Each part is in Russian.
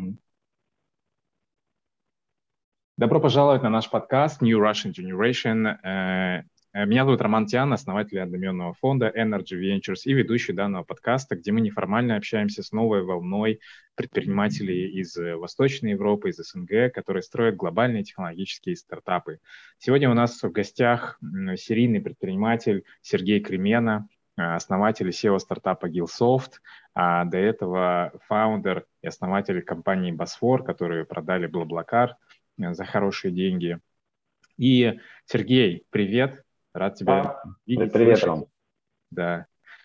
Добро пожаловать на наш подкаст New Russian Generation. Меня зовут Роман Тиан, основатель одноименного фонда Energy Ventures и ведущий данного подкаста, где мы неформально общаемся с новой волной предпринимателей из Восточной Европы, из СНГ, которые строят глобальные технологические стартапы. Сегодня у нас в гостях серийный предприниматель Сергей Кремена, основатель SEO стартапа Gillsoft, а до этого фаундер и основатель компании Bosfor, которые продали BlaBlaCar за хорошие деньги. И, Сергей, привет, рад тебя видеть, привет, слышать. Ром. Да.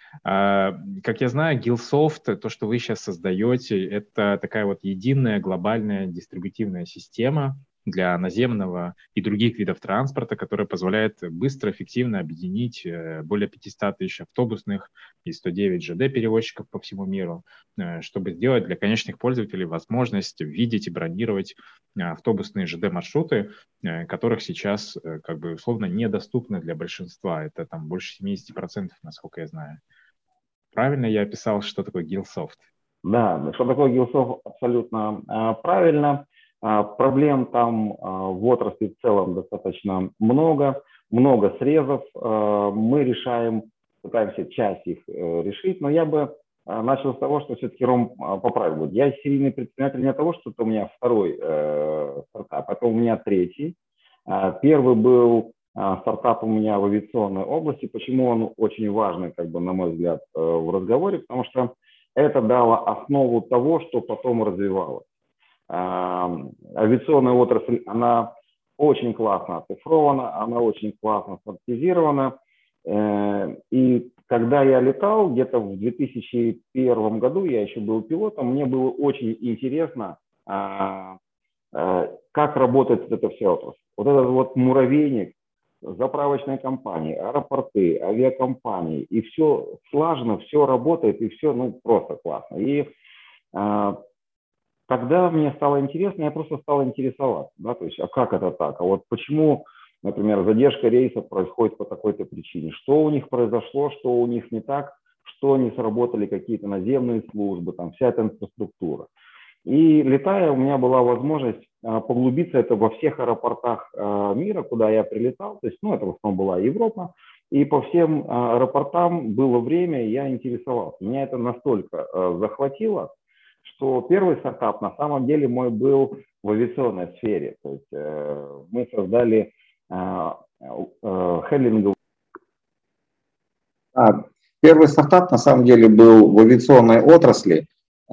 Как я знаю, Gillsoft, то, что вы сейчас создаете, это такая вот единая глобальная дистрибутивная система для наземного и других видов транспорта, которая позволяет быстро, эффективно объединить более 500 тысяч автобусных и 109 ЖД-перевозчиков по всему миру, чтобы сделать для конечных пользователей возможность видеть и бронировать автобусные ЖД-маршруты, которых сейчас как бы условно недоступны для большинства. Это там больше 70%, насколько я знаю. Правильно я описал, что такое Gillsoft? Да, что такое Gillsoft, абсолютно правильно. Проблем там в отрасли в целом достаточно много срезов. Мы пытаемся часть их решить, но я бы начал с того, что все-таки Ром поправил. Я серийный предприниматель не того, что это у меня второй стартап, это у меня третий. Первый был стартап у меня в авиационной области. Почему он очень важный, как бы, на мой взгляд, в разговоре? Потому что это дало основу того, что потом развивалось. Авиационная отрасль, она очень классно оцифрована, она очень классно автоматизирована. И когда я летал, где-то в 2001 году, я еще был пилотом, мне было очень интересно, как работает эта вся отрасль. Вот этот вот муравейник, заправочные компании, аэропорты, авиакомпании, и все слажено, все работает, и все, ну, просто классно. И тогда мне стало интересно, я просто стал интересоваться, да, то есть, а как это так, а вот почему, например, задержка рейсов происходит по такой-то причине, что у них произошло, что у них не так, что не сработали какие-то наземные службы, там, вся эта инфраструктура. И летая, у меня была возможность поглубиться это во всех аэропортах мира, куда я прилетал, то есть, ну, это в основном была Европа, и по всем аэропортам было время, и я интересовался. Меня это настолько захватило, что первый стартап на самом деле мой был в авиационной сфере. То есть мы создали хендлинговую. Первый стартап на самом деле был в авиационной отрасли.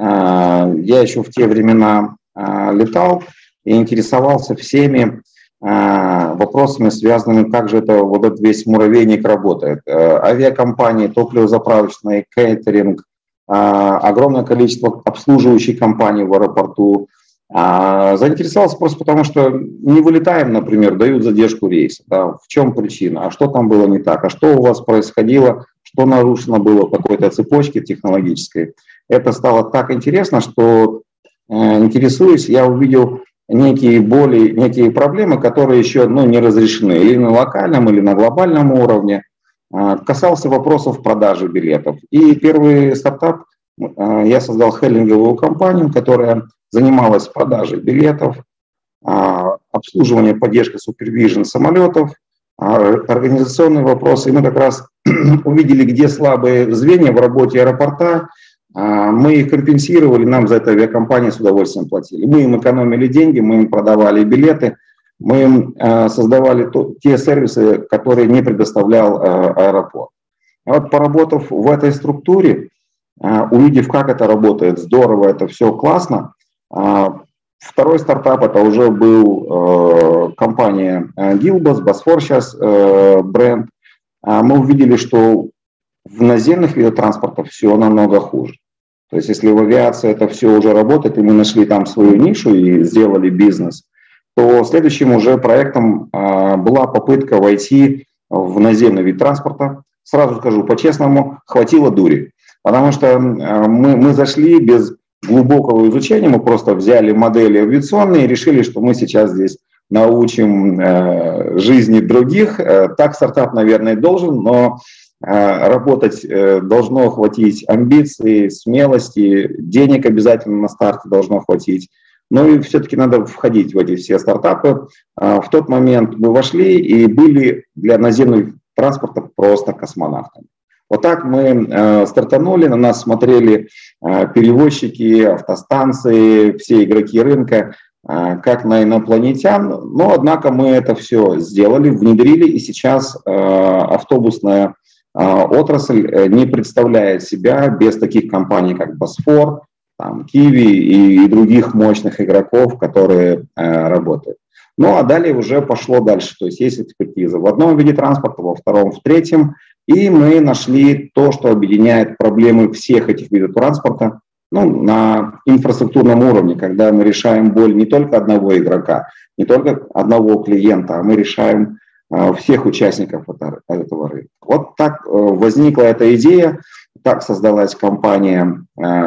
Я еще в те времена летал и интересовался всеми вопросами, связанными, как же это вот этот весь муравейник работает. Авиакомпании, топливозаправочные, кейтеринг, огромное количество обслуживающих компаний в аэропорту. Заинтересовался просто потому, что не вылетаем, например, дают задержку рейса. Да, в чем причина? А что там было не так? А что у вас происходило? Что нарушено было в какой-то цепочке технологической? Это стало так интересно, что, интересуясь, я увидел некие боли, некие проблемы, которые еще не разрешены или на локальном, или на глобальном уровне. Касался вопросов продажи билетов. И первый стартап, я создал хеллинговую компанию, которая занималась продажей билетов, обслуживанием, поддержкой, супервижн самолетов, организационные вопросы. И мы как раз увидели, где слабые звенья в работе аэропорта. Мы их компенсировали, нам за это авиакомпании с удовольствием платили. Мы им экономили деньги, мы им продавали билеты. Мы им создавали те сервисы, которые не предоставлял аэропорт. А вот поработав в этой структуре, увидев, как это работает, здорово, это все классно, второй стартап, это уже был компания Gilbus, Bosfor сейчас бренд. Мы увидели, что в наземных видах транспорта все намного хуже. То есть если в авиации это все уже работает, и мы нашли там свою нишу и сделали бизнес, то следующим уже проектом была попытка войти в наземный вид транспорта. Сразу скажу по-честному, хватило дури. Потому что мы зашли без глубокого изучения, мы просто взяли модели авиационные и решили, что мы сейчас здесь научим жизни других. Так стартап, наверное, должен, но работать должно хватить амбиций, смелости, денег обязательно на старте должно хватить. Ну и все-таки надо входить в эти все стартапы. В тот момент мы вошли и были для наземного транспорта просто космонавтами. Вот так мы стартанули, на нас смотрели перевозчики, автостанции, все игроки рынка, как на инопланетян. Но, однако, мы это все сделали, внедрили, и сейчас автобусная отрасль не представляет себя без таких компаний, как Босфор, Киви и других мощных игроков, которые работают. Ну, а далее уже пошло дальше. То есть есть экспертиза в одном виде транспорта, во втором, в третьем. И мы нашли то, что объединяет проблемы всех этих видов транспорта на инфраструктурном уровне, когда мы решаем боль не только одного игрока, не только одного клиента, а мы решаем всех участников этого рынка. Вот так возникла эта идея, так создалась компания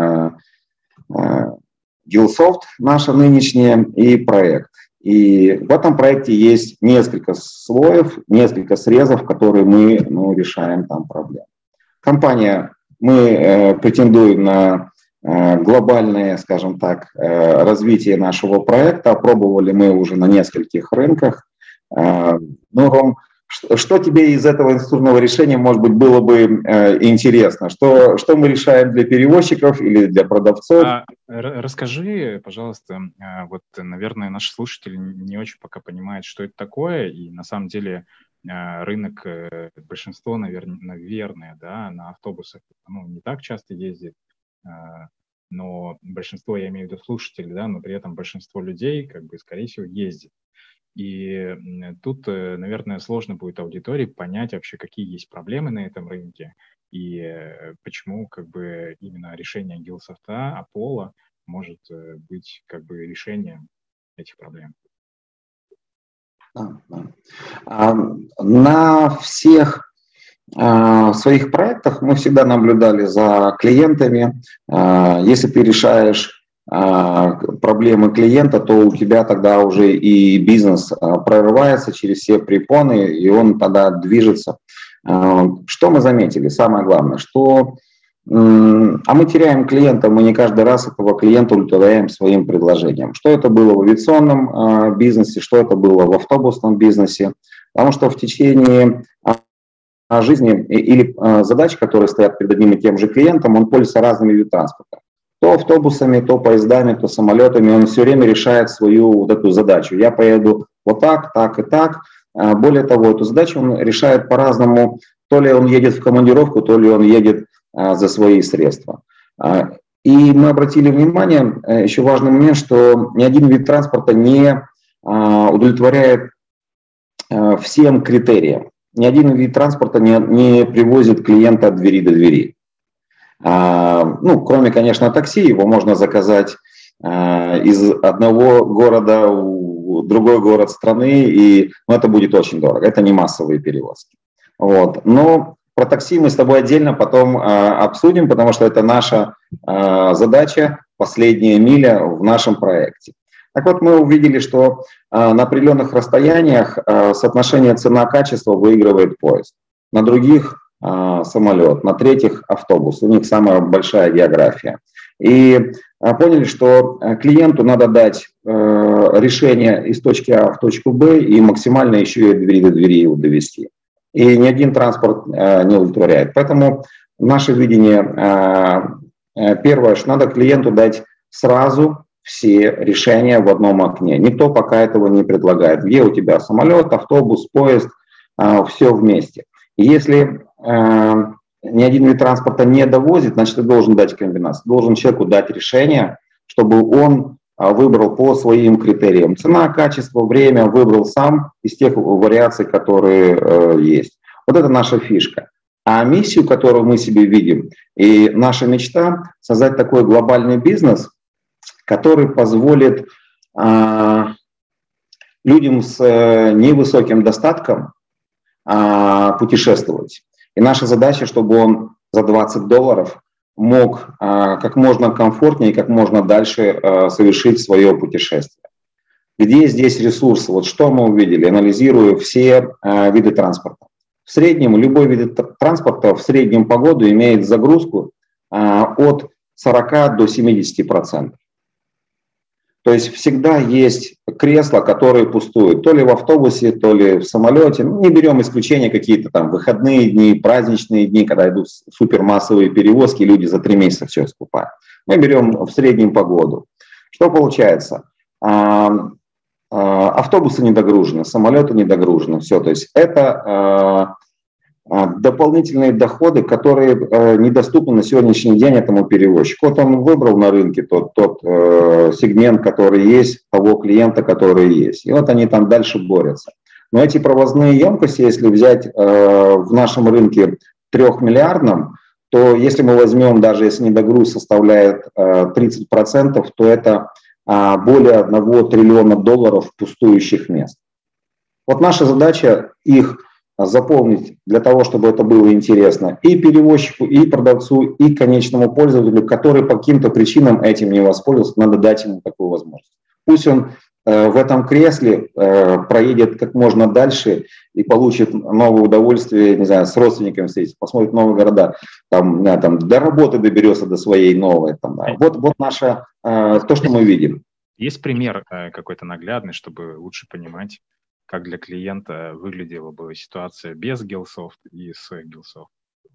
Gillsoft, наша нынешняя, и проект. И в этом проекте есть несколько слоев, несколько срезов, которые мы решаем там проблемы. Компания, мы претендуем на глобальное, скажем так, развитие нашего проекта. Опробовали мы уже на нескольких рынках. Ром, что тебе из этого инструктивного решения, может быть, было бы интересно? Что мы решаем для перевозчиков или для продавцов? Расскажи, пожалуйста, вот, наверное, наши слушатели не очень пока понимают, что это такое, и на самом деле рынок, большинство, наверное, да, на автобусах не так часто ездит, но большинство, я имею в виду слушателей, да, но при этом большинство людей, скорее всего, ездит. И тут, наверное, сложно будет аудитории понять вообще, какие есть проблемы на этом рынке и почему именно решение Gillsoft, Apollo может быть решением этих проблем. На всех своих проектах мы всегда наблюдали за клиентами. Если ты решаешь проблемы клиента, то у тебя тогда уже и бизнес прорывается через все препоны, и он тогда движется. Что мы заметили? Самое главное, что мы теряем клиента, мы не каждый раз этого клиента удовлетворяем своим предложением. Что это было в авиационном бизнесе, что это было в автобусном бизнесе, потому что в течение жизни или задач, которые стоят перед одним и тем же клиентом, он пользуется разными видами транспорта. То автобусами, то поездами, то самолетами, он все время решает свою вот эту задачу. Я поеду вот так, так и так. Более того, эту задачу он решает по-разному. То ли он едет в командировку, то ли он едет за свои средства. И мы обратили внимание, еще важный момент, что ни один вид транспорта не удовлетворяет всем критериям. Ни один вид транспорта не привозит клиента от двери до двери. Кроме, конечно, такси, его можно заказать из одного города в другой город страны, и это будет очень дорого. Это не массовые перевозки. Вот. Но про такси мы с тобой отдельно потом обсудим, потому что это наша задача, последняя миля в нашем проекте. Так вот, мы увидели, что на определенных расстояниях соотношение цена-качество выигрывает поезд. На других самолет, на третьих автобус. У них самая большая география. И поняли, что клиенту надо дать решение из точки А в точку Б и максимально еще и от двери до двери его довести. И ни один транспорт не удовлетворяет. Поэтому наше видение первое, что надо клиенту дать сразу все решения в одном окне. Никто пока этого не предлагает. Где у тебя самолет, автобус, поезд, все вместе. И если ни один вид транспорта не довозит, значит, ты должен дать комбинацию. Должен человеку дать решение, чтобы он выбрал по своим критериям. Цена, качество, время выбрал сам из тех вариаций, которые есть. Вот это наша фишка. А миссию, которую мы себе видим, и наша мечта — создать такой глобальный бизнес, который позволит людям с невысоким достатком путешествовать. И наша задача, чтобы он за $20 мог как можно комфортнее и как можно дальше совершить свое путешествие. Где здесь ресурсы? Вот что мы увидели, анализируя все виды транспорта. В среднем любой вид транспорта в среднем по году имеет загрузку от 40 до 70%. То есть всегда есть кресла, которые пустуют, то ли в автобусе, то ли в самолете. Не берем исключения какие-то там выходные дни, праздничные дни, когда идут супермассовые перевозки, люди за 3 месяца все скупают. Мы берем в среднем по году. Что получается? Автобусы недогружены, самолеты недогружены, все. То есть это дополнительные доходы, которые недоступны на сегодняшний день этому перевозчику. Вот он выбрал на рынке тот сегмент, который есть, того клиента, который есть. И вот они там дальше борются. Но эти провозные емкости, если взять в нашем рынке 3-миллиардном, то если мы возьмем, даже если недогруз составляет 30%, то это более $1 триллиона пустующих мест. Вот наша задача их заполнить для того, чтобы это было интересно и перевозчику, и продавцу, и конечному пользователю, который по каким-то причинам этим не воспользовался, надо дать ему такую возможность. Пусть он в этом кресле проедет как можно дальше и получит новое удовольствие, не знаю, с родственниками встретиться, посмотрит новые города, там до работы доберется до своей новой. Там, да. Вот наше, то, что мы видим. Есть пример какой-то наглядный, чтобы лучше понимать, как для клиента выглядела бы ситуация без Gillsoft и с Gillsoft?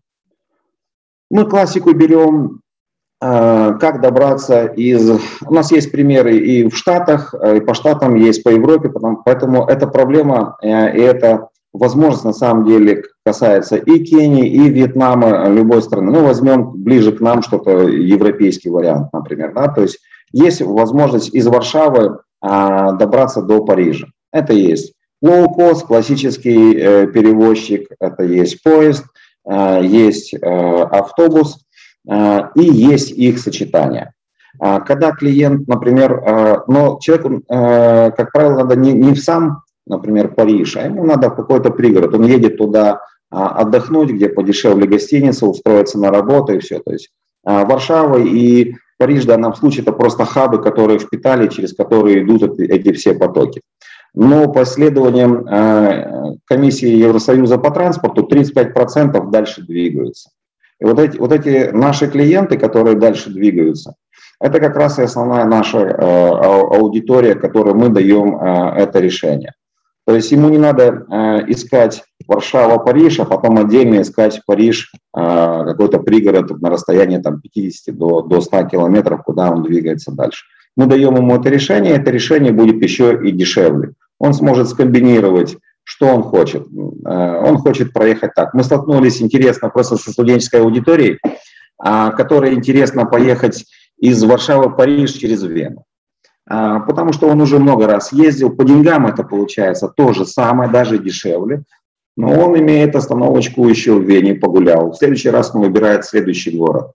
Мы классику берем, как добраться из... У нас есть примеры и в Штатах, и по Штатам есть, по Европе, поэтому эта проблема и эта возможность на самом деле касается и Кении, и Вьетнама, любой страны. Ну, возьмем ближе к нам что-то, европейский вариант, например. Да? То есть есть возможность из Варшавы добраться до Парижа. Это есть. Low-cost, классический перевозчик, это есть поезд, есть автобус и есть их сочетание. Когда клиент, например, но человеку, как правило, надо не в сам, например, Париж, а ему надо в какой-то пригород. Он едет туда отдохнуть, где подешевле гостиница, устроиться на работу и все. То есть Варшава и Париж в данном случае это просто хабы, которые впитали, через которые идут эти все потоки. Но по исследованиям комиссии Евросоюза по транспорту 35% дальше двигаются. И вот эти наши клиенты, которые дальше двигаются, это как раз и основная наша аудитория, которой мы даем это решение. То есть ему не надо искать Варшава-Париж, а потом отдельно искать Париж, какой-то пригород на расстоянии там, 50 до 100 километров, куда он двигается дальше. Мы даем ему это решение будет еще и дешевле. Он сможет скомбинировать, что он хочет. Он хочет проехать так. Мы столкнулись, интересно, просто со студенческой аудиторией, которой интересно поехать из Варшавы в Париж через Вену. Потому что он уже много раз ездил. По деньгам это получается то же самое, даже дешевле. Но он имеет остановочку еще в Вене, погулял. В следующий раз он выбирает следующий город.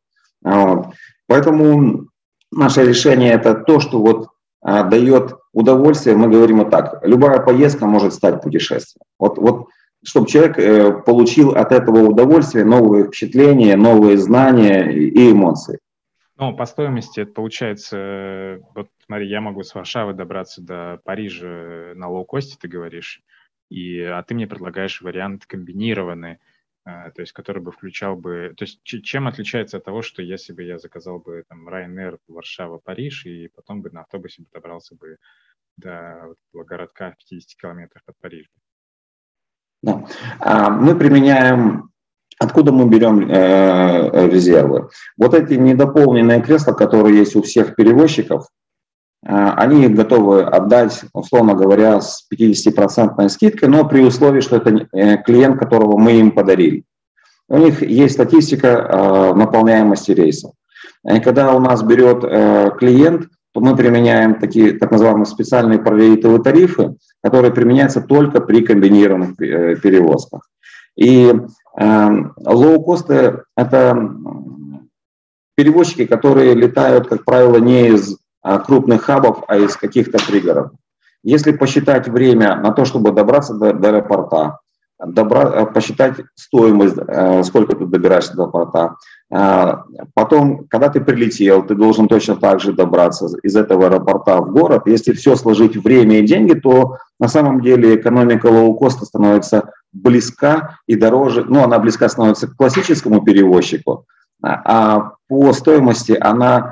Поэтому наше решение – это то, что вот дает удовольствие. Мы говорим вот так: любая поездка может стать путешествием. Вот чтобы человек получил от этого удовольствие, новые впечатления, новые знания и эмоции. Ну, по стоимости это получается, вот смотри, я могу с Варшавы добраться до Парижа на лоукосте, ты говоришь, а ты мне предлагаешь вариант комбинированный, то есть который бы включал бы... То есть чем отличается от того, что если бы я заказал бы там Ryanair, Варшава, Париж, и потом бы на автобусе добрался бы до городка в 50 километрах от Парижа? Да. Мы применяем... Откуда мы берем резервы? Вот эти недополненные кресла, которые есть у всех перевозчиков, они готовы отдать, условно говоря, с 50% скидкой, но при условии, что это клиент, которого мы им подарили. У них есть статистика наполняемости рейсов. И когда у нас берет клиент, то мы применяем такие так называемые специальные прорейтовые тарифы, которые применяются только при комбинированных перевозках. И лоукосты – это перевозчики, которые летают, как правило, не из крупных хабов, а из каких-то пригородов. Если посчитать время на то, чтобы добраться до аэропорта, посчитать стоимость, сколько ты добираешься до аэропорта, потом, когда ты прилетел, ты должен точно так же добраться из этого аэропорта в город. Если все сложить время и деньги, то на самом деле экономика лоукоста становится близка и дороже, ну, она близка становится к классическому перевозчику, а по стоимости она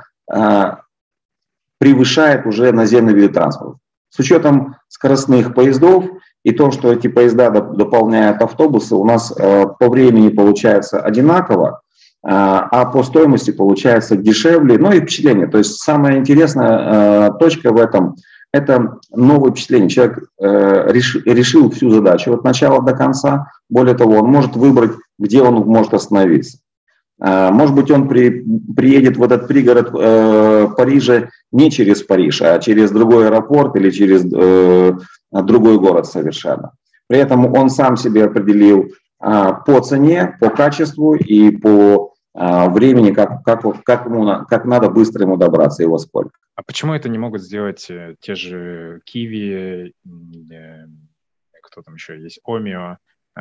превышает уже наземные виды транспорта. С учетом скоростных поездов и то, что эти поезда дополняют автобусы, у нас по времени получается одинаково, а по стоимости получается дешевле, ну и впечатление. То есть самая интересная точка в этом – это новое впечатление. Человек решил всю задачу от начала до конца. Более того, он может выбрать, где он может остановиться. Может быть, он приедет в этот пригород Парижа не через Париж, а через другой аэропорт или через другой город совершенно. При этом он сам себе определил по цене, по качеству и по времени, как надо быстро ему добраться и во сколько. А почему это не могут сделать те же Kiwi, кто там еще есть, Omio?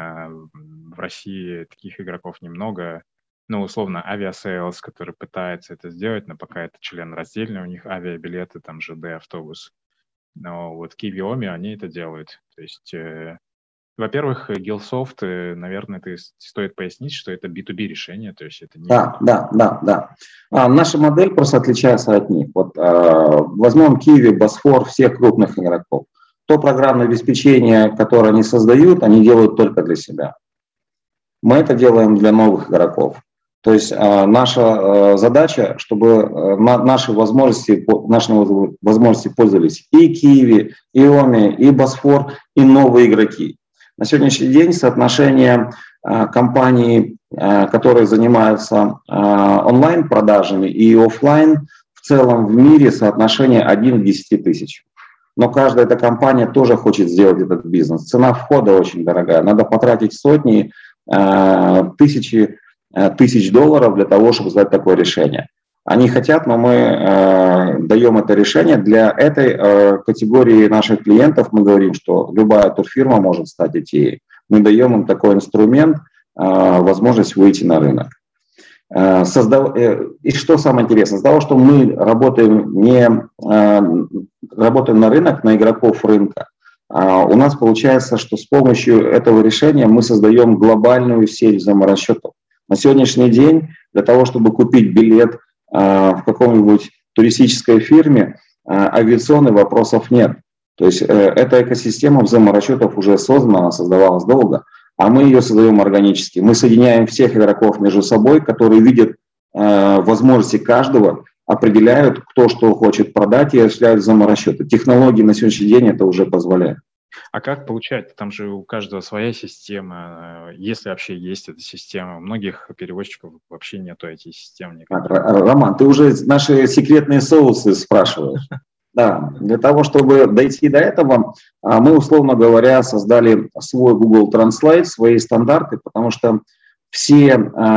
В России таких игроков немного. Ну, условно, Aviasales, который пытается это сделать, но пока это член раздельный, у них авиабилеты, там ЖД, автобус. Но вот Kiwi, Omio, они это делают. То есть, во-первых, Gillsoft, наверное, стоит пояснить, что это B2B решение, то есть это не... Да. Наша модель просто отличается от них. Вот, возьмем Kiwi, Bosfor, всех крупных игроков. То программное обеспечение, которое они создают, они делают только для себя. Мы это делаем для новых игроков. То есть наша задача, чтобы наши возможности пользовались и Kiwi, и Omio, и Bosfor, и новые игроки. На сегодняшний день соотношение компаний, которые занимаются онлайн-продажами и офлайн, в целом в мире соотношение 1 к 10 тысяч. Но каждая эта компания тоже хочет сделать этот бизнес. Цена входа очень дорогая. Надо потратить сотни, тысячи тысяч долларов для того, чтобы сделать такое решение. Они хотят, но мы даем это решение. Для этой категории наших клиентов мы говорим, что любая турфирма может стать ETA. Мы даем им такой инструмент, возможность выйти на рынок. И что самое интересное, из-за того, что мы работаем на рынок, на игроков рынка, у нас получается, что с помощью этого решения мы создаем глобальную сеть взаиморасчетов. На сегодняшний день для того, чтобы купить билет в каком-нибудь туристической фирме, авиационных вопросов нет. То есть эта экосистема взаиморасчетов уже создана, она создавалась долго, а мы ее создаем органически. Мы соединяем всех игроков между собой, которые видят возможности каждого, определяют, кто что хочет продать и осуществляют взаиморасчеты. Технологии на сегодняшний день это уже позволяют. А как получать? Там же у каждого своя система, если вообще есть эта система. У многих перевозчиков вообще нету этой системы. Роман, ты уже наши секретные соусы спрашиваешь. Да, для того, чтобы дойти до этого, мы, условно говоря, создали свой Google Translate, свои стандарты, потому что все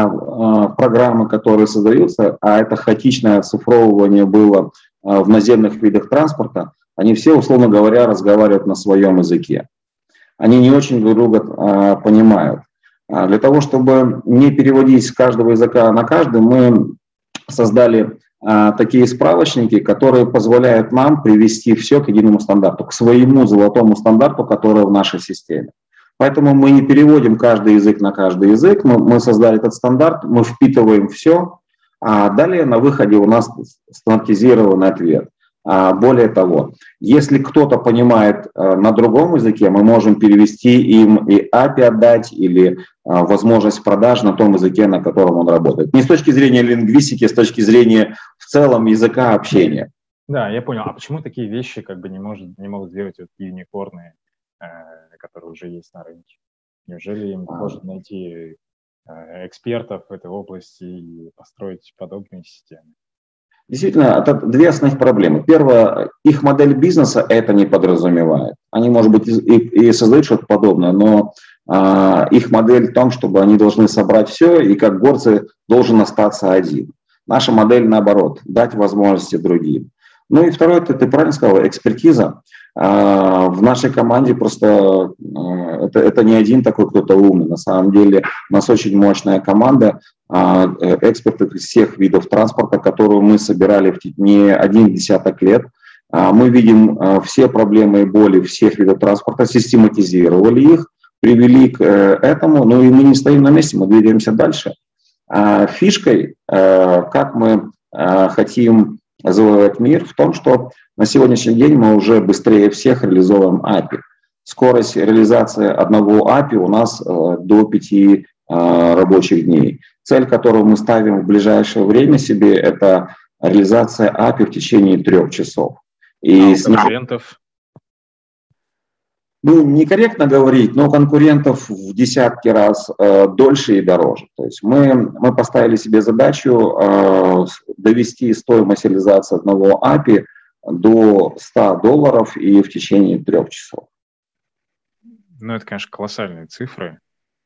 программы, которые создаются, а это хаотичное оцифровывание было в наземных видах транспорта, они все, условно говоря, разговаривают на своем языке. Они не очень друг друга понимают. Для того, чтобы не переводить с каждого языка на каждый, мы создали такие справочники, которые позволяют нам привести все к единому стандарту, к своему золотому стандарту, который в нашей системе. Поэтому мы не переводим каждый язык на каждый язык, мы создали этот стандарт, мы впитываем все, а далее на выходе у нас стандартизированный ответ. Более того, если кто-то понимает на другом языке, мы можем перевести им и API отдать или возможность продаж на том языке, на котором он работает. Не с точки зрения лингвистики, а с точки зрения в целом языка общения. Да, я понял. А почему такие вещи как бы не могут сделать вот юникорны, которые уже есть на рынке? Неужели им может найти экспертов в этой области и построить подобные системы? Действительно, это две основных проблемы. Первое, их модель бизнеса это не подразумевает. Они, может быть, и создают что-то подобное, но их модель в том, чтобы они должны собрать все, и как горцы должен остаться один. Наша модель наоборот, дать возможности другим. Ну и второе, ты правильно сказал, экспертиза. В нашей команде просто это не один такой кто-то умный. На самом деле у нас очень мощная команда, эксперты из всех видов транспорта, которую мы собирали в не один десяток лет. Мы видим все проблемы и боли всех видов транспорта, систематизировали их, привели к этому, ну и мы не стоим на месте, мы двигаемся дальше. Фишкой, как мы хотим завоевать мир, в том, что на сегодняшний день мы уже быстрее всех реализовываем API. Скорость реализации одного API у нас до 5 рабочих дней. Цель, которую мы ставим в ближайшее время себе, это реализация API в течение 3 часов. И у конкурентов? Ну, некорректно говорить, но конкурентов в десятки раз дольше и дороже. То есть мы поставили себе задачу довести стоимость реализации одного API до $100 и в течение 3 часов. Ну, это, конечно, колоссальные цифры.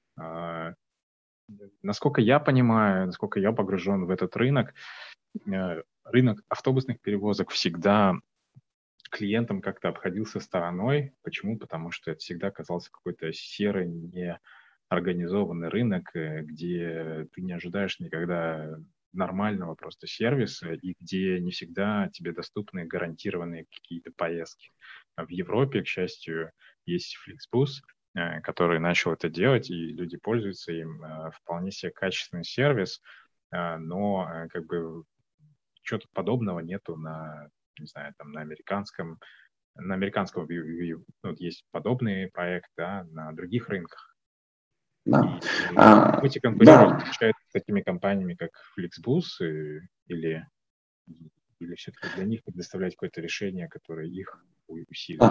Насколько я понимаю, насколько я погружен в этот рынок автобусных перевозок всегда клиентам как-то обходился стороной. Почему? Потому что это всегда казался какой-то серый, неорганизованный рынок, где ты не ожидаешь никогда нормального просто сервиса и где не всегда тебе доступны гарантированные какие-то поездки. В Европе, к счастью, есть Flixbus, который начал это делать, и люди пользуются им. Вполне себе качественный сервис, но как бы чего-то подобного нету не знаю, там на американском есть подобный проект, да, на других рынках. Да. Будете конкурировать с такими компаниями, как Flixbus, или все-таки для них предоставлять какое-то решение, которое их усилит?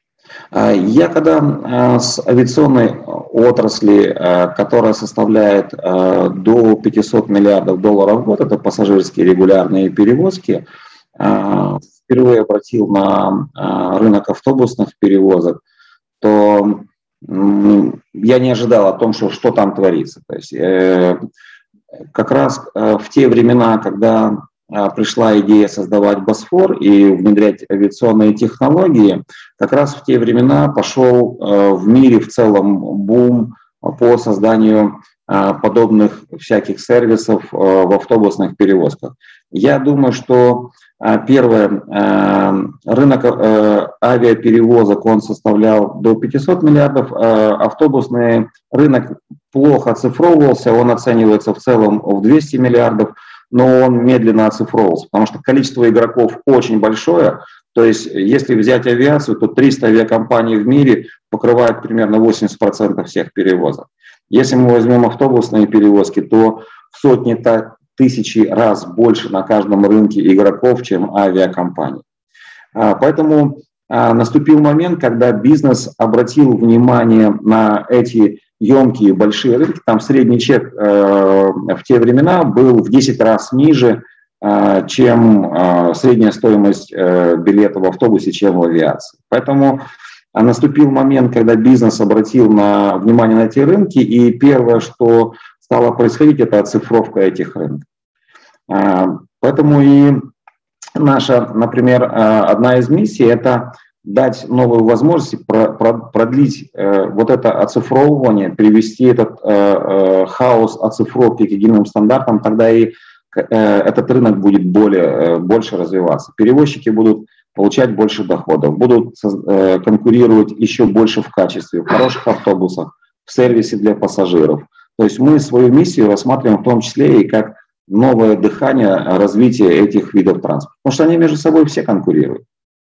Я когда с авиационной отрасли, которая составляет до $500 миллиардов в год, это пассажирские регулярные перевозки, впервые обратил на рынок автобусных перевозок, то я не ожидал о том, что там творится. То есть как раз в те времена, когда пришла идея создавать Босфор и внедрять авиационные технологии, как раз в те времена пошел в мире в целом бум по созданию подобных всяких сервисов в автобусных перевозках. Я думаю, что первое, рынок авиаперевозок, он составлял до 500 миллиардов, автобусный рынок плохо оцифровывался, он оценивается в целом в 200 миллиардов, но он медленно оцифровывался, потому что количество игроков очень большое. То есть если взять авиацию, то 300 авиакомпаний в мире покрывают примерно 80% всех перевозок. Если мы возьмем автобусные перевозки, то в сотни тысячи раз больше на каждом рынке игроков, чем авиакомпаний. Поэтому наступил момент, когда бизнес обратил внимание на эти емкие большие рынки. Там средний чек в те времена был в 10 раз ниже, чем средняя стоимость билета в автобусе, чем в авиации. Поэтому наступил момент, когда бизнес обратил внимание на эти рынки, и первое, что стало происходить, это оцифровка этих рынков. Поэтому и наша, например, одна из миссий – это дать новые возможности, продлить вот это оцифровывание, привести этот хаос оцифровки к единым стандартам, тогда и этот рынок будет больше развиваться. Перевозчики будут получать больше доходов, будут конкурировать еще больше в качестве, в хороших автобусах, в сервисе для пассажиров. То есть мы свою миссию рассматриваем в том числе и как новое дыхание развития этих видов транспорта, потому что они между собой все конкурируют.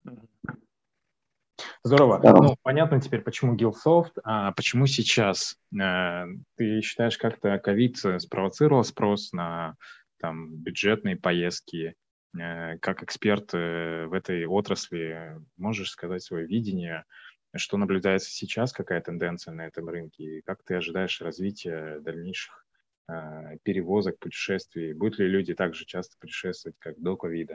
Здорово. Да. Ну, понятно теперь, почему Gillsoft, а почему сейчас? Ты считаешь, как-то ковид спровоцировал спрос на бюджетные поездки? Как эксперт в этой отрасли можешь сказать свое видение, что наблюдается сейчас, какая тенденция на этом рынке, и как ты ожидаешь развития дальнейших перевозок, путешествий? Будут ли люди так же часто путешествовать, как до ковида?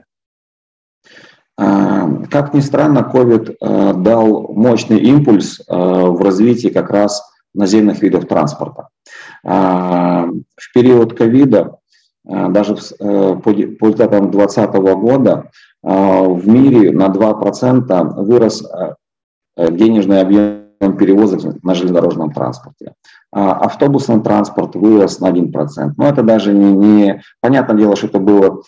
Как ни странно, ковид дал мощный импульс в развитии как раз наземных видов транспорта. В период ковида, даже по результатам 2020 года, в мире на 2% вырос денежный объем перевозок на железнодорожном транспорте. Автобусный транспорт вырос на 1%. Но это даже не... Понятное дело, что это было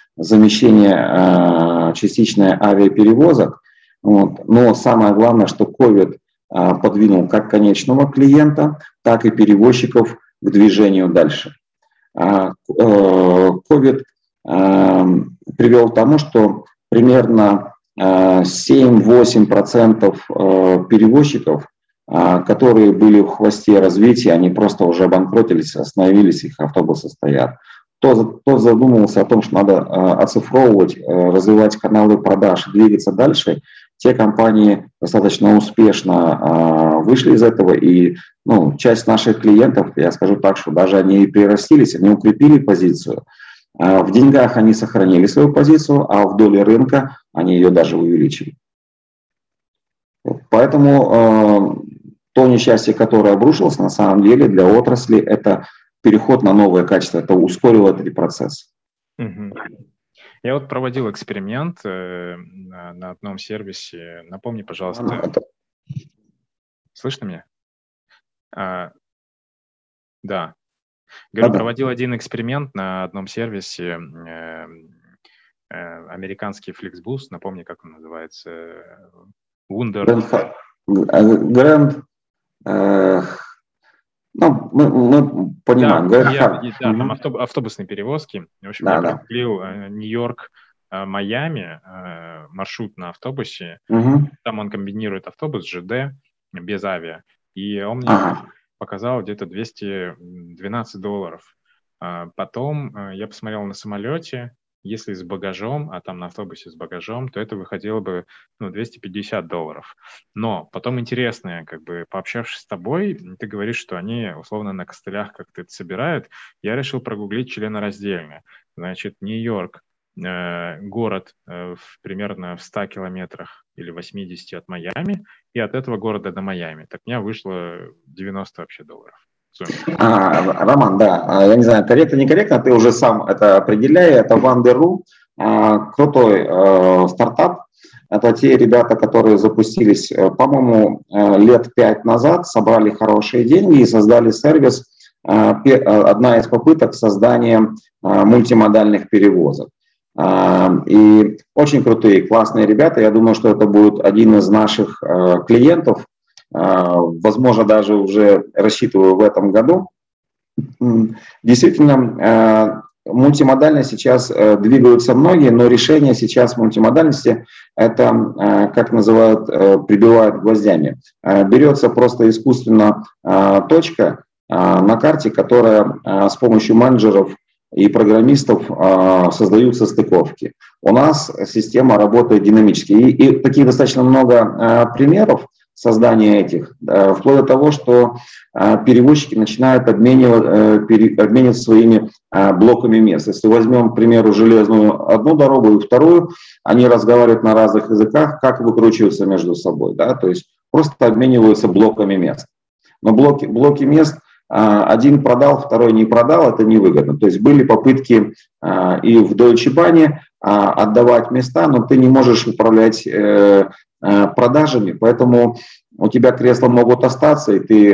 замещение частичное авиаперевозок. Вот. Но самое главное, что COVID подвинул как конечного клиента, так и перевозчиков к движению дальше. COVID привел к тому, что примерно 7-8% перевозчиков, которые были в хвосте развития, они просто уже обанкротились, остановились, их автобусы стоят. Кто задумывался о том, что надо оцифровывать, развивать каналы продаж, двигаться дальше, те компании достаточно успешно вышли из этого, и часть наших клиентов, я скажу так, что даже они прирастились, они укрепили позицию. В деньгах они сохранили свою позицию, а в доле рынка они ее даже увеличили. Поэтому то несчастье, которое обрушилось, на самом деле для отрасли, это переход на новое качество, это ускорило этот процесс. Я вот проводил эксперимент на одном сервисе. Напомни, пожалуйста. Слышно меня? Да. Говорю, проводил один эксперимент на одном сервисе, американский Flixbus, напомни, как он называется, Wunder. Grand, мы понимаем. Да, там автобусные перевозки. В общем, я определил Нью-Йорк, Майами, маршрут на автобусе. Там он комбинирует автобус, ЖД, без авиа. И он мне показал где-то $212. Потом я посмотрел на самолете, если с багажом, а там на автобусе с багажом, то это выходило бы $250. Но потом интересно, пообщавшись с тобой, ты говоришь, что они условно на костылях как-то это собирают. Я решил прогуглить членораздельно. Значит, Нью-Йорк, город примерно в 100 километрах или 80 от Майами, и от этого города до Майами. Так мне вышло $90 вообще долларов. Роман, да, я не знаю, корректно, некорректно, ты уже сам это определяй, это Wanderu, крутой стартап, это те ребята, которые запустились, по-моему, лет 5 назад, собрали хорошие деньги и создали сервис, одна из попыток создания мультимодальных перевозок. И очень крутые, классные ребята, я думаю, что это будет один из наших клиентов, возможно, даже уже рассчитываю в этом году. Действительно, мультимодально сейчас двигаются многие, но решение сейчас мультимодальности – это, как называют, прибивают гвоздями. Берется просто искусственно точка на карте, которая с помощью менеджеров и программистов создаются стыковки. У нас система работает динамически. И таких достаточно много примеров создания этих, вплоть до того, что перевозчики начинают обмениваться своими блоками мест. Если возьмем, к примеру, железную одну дорогу и вторую, они разговаривают на разных языках, как выкручиваются между собой. Да? То есть просто обмениваются блоками мест. Но блоки мест один продал, второй не продал, это невыгодно. То есть были попытки и в Deutsche Bahn отдавать места, но ты не можешь управлять продажами, поэтому у тебя кресла могут остаться, и ты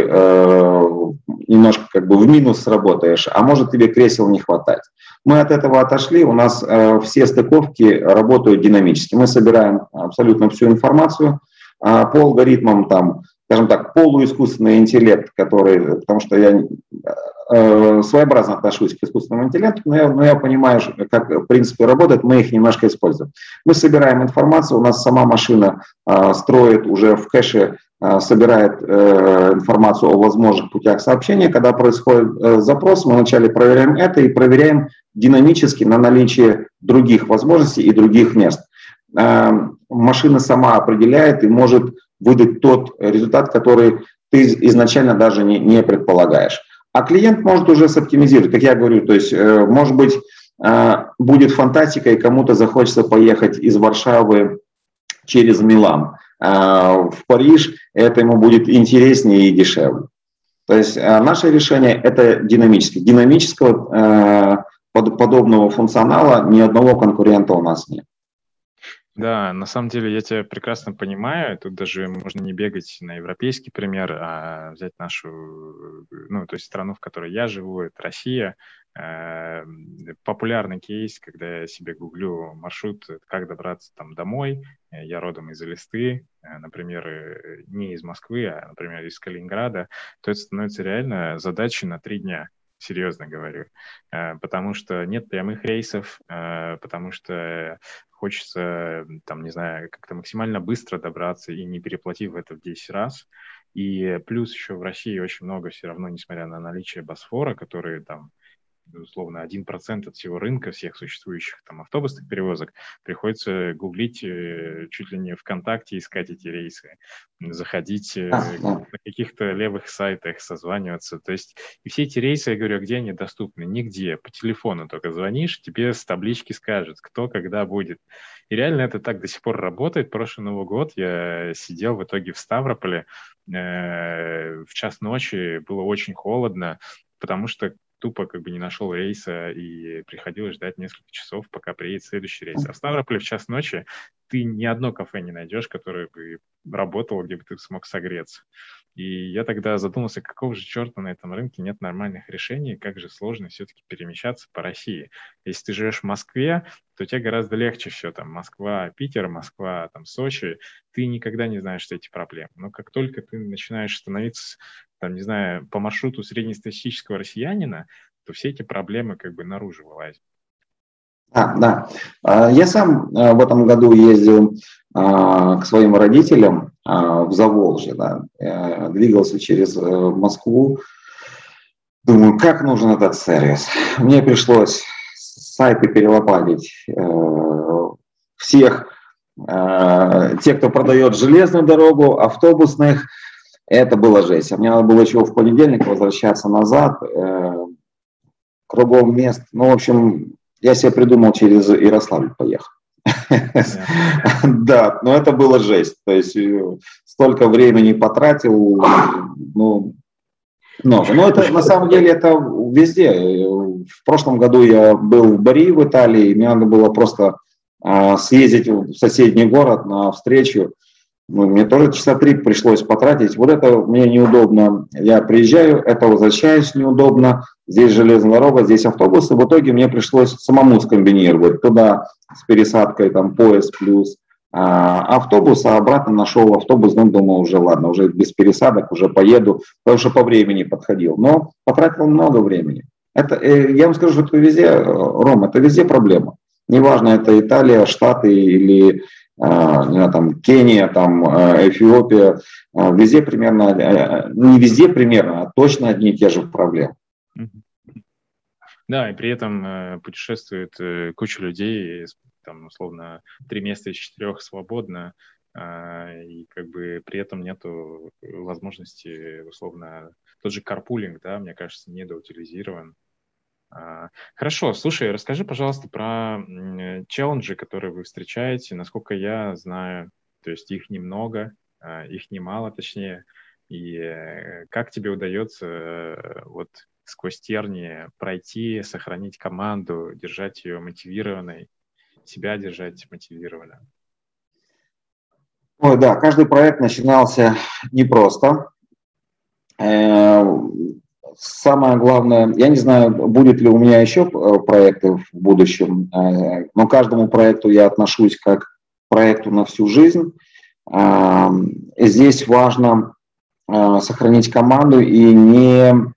немножко в минус работаешь, а может тебе кресел не хватать. Мы от этого отошли, у нас все стыковки работают динамически. Мы собираем абсолютно всю информацию по алгоритмам, скажем так, полуискусственный интеллект, потому что я своеобразно отношусь к искусственному интеллекту, но я понимаю, как в принципе работает, мы их немножко используем. Мы собираем информацию, у нас сама машина строит уже в кэше, собирает информацию о возможных путях сообщения. Когда происходит запрос, мы вначале проверяем это и проверяем динамически на наличие других возможностей и других мест. Машина сама определяет и может выдать тот результат, который ты изначально даже не предполагаешь. А клиент может уже соптимизировать, как я говорю, то есть, может быть, будет фантастика, и кому-то захочется поехать из Варшавы через Милан в Париж, это ему будет интереснее и дешевле. То есть наше решение – это динамически. Динамического подобного функционала ни одного конкурента у нас нет. Да, на самом деле я тебя прекрасно понимаю. Тут даже можно не бегать на европейский пример, а взять нашу, то есть страну, в которой я живу, это Россия. Популярный кейс, когда я себе гуглю маршрут, как добраться домой, я родом из Элисты, например, не из Москвы, а, например, из Калининграда, то это становится реально задачей на 3 дня. Серьезно говорю, потому что нет прямых рейсов, потому что хочется, там, не знаю, как-то максимально быстро добраться и не переплатив это в 10 раз. И плюс еще в России очень много все равно, несмотря на наличие Босфора, который там условно 1% от всего рынка, всех существующих там автобусных перевозок, приходится гуглить чуть ли не ВКонтакте, искать эти рейсы, заходить на каких-то левых сайтах, созваниваться. То есть и все эти рейсы, я говорю, где они доступны? Нигде. По телефону только звонишь, тебе с таблички скажут, кто когда будет. И реально это так до сих пор работает. Прошлый Новый год я сидел в итоге в Ставрополе в час ночи, было очень холодно, потому что тупо как бы не нашел рейса и приходилось ждать несколько часов, пока приедет следующий рейс. А в Ставрополе в час ночи ты ни одно кафе не найдешь, которое бы работало, где бы ты смог согреться. И я тогда задумался, какого же черта на этом рынке нет нормальных решений, как же сложно все-таки перемещаться по России. Если ты живешь в Москве, то тебе гораздо легче все, там, Москва, Питер, Москва, там, Сочи, ты никогда не знаешь эти проблемы. Но как только ты начинаешь становиться, там, не знаю, по маршруту среднестатистического россиянина, то все эти проблемы как бы наружу вылазят. Да. Я сам в этом году ездил к своим родителям в Заволжье, да, двигался через Москву. Думаю, как нужен этот сервис. Мне пришлось сайты перелопатить всех, те, кто продает железную дорогу, автобусных. Это было жесть. А мне надо было еще в понедельник возвращаться назад, кругом мест. Ну, в общем, я себе придумал через Ярославль поехать. Да, но это было жесть. То есть столько времени потратил, ну, много. Но это на самом деле это везде. В прошлом году я был в Бари в Италии, мне надо было просто съездить в соседний город на встречу. Ну, мне тоже часа 3 пришлось потратить. Вот это мне неудобно. Я приезжаю, это возвращаюсь неудобно. Здесь железная дорога, здесь автобусы. В итоге мне пришлось самому скомбинировать. Туда с пересадкой там поезд плюс автобус, а обратно нашел автобус. Ну, думал, уже ладно, уже без пересадок, уже поеду, потому что по времени подходил. Но потратил много времени. Это, я вам скажу, что это везде, Ром, это везде проблема. Неважно, это Италия, Штаты или там, Кения, там, Эфиопия, везде примерно, не везде примерно, а точно одни и те же проблемы. Да, и при этом путешествует куча людей, там, условно, 3 места из 4 свободно, и как бы при этом нету возможности, условно, тот же карпулинг, да, мне кажется, недоутилизирован. Хорошо, слушай, расскажи, пожалуйста, про челленджи, которые вы встречаете. Насколько я знаю, то есть их немного, их немало, точнее. И как тебе удается вот сквозь тернии пройти, сохранить команду, держать ее мотивированной, себя держать мотивированной? Ой, да, каждый проект начинался непросто. Самое главное, я не знаю, будет ли у меня еще проекты в будущем, но к каждому проекту я отношусь как к проекту на всю жизнь. Здесь важно сохранить команду и не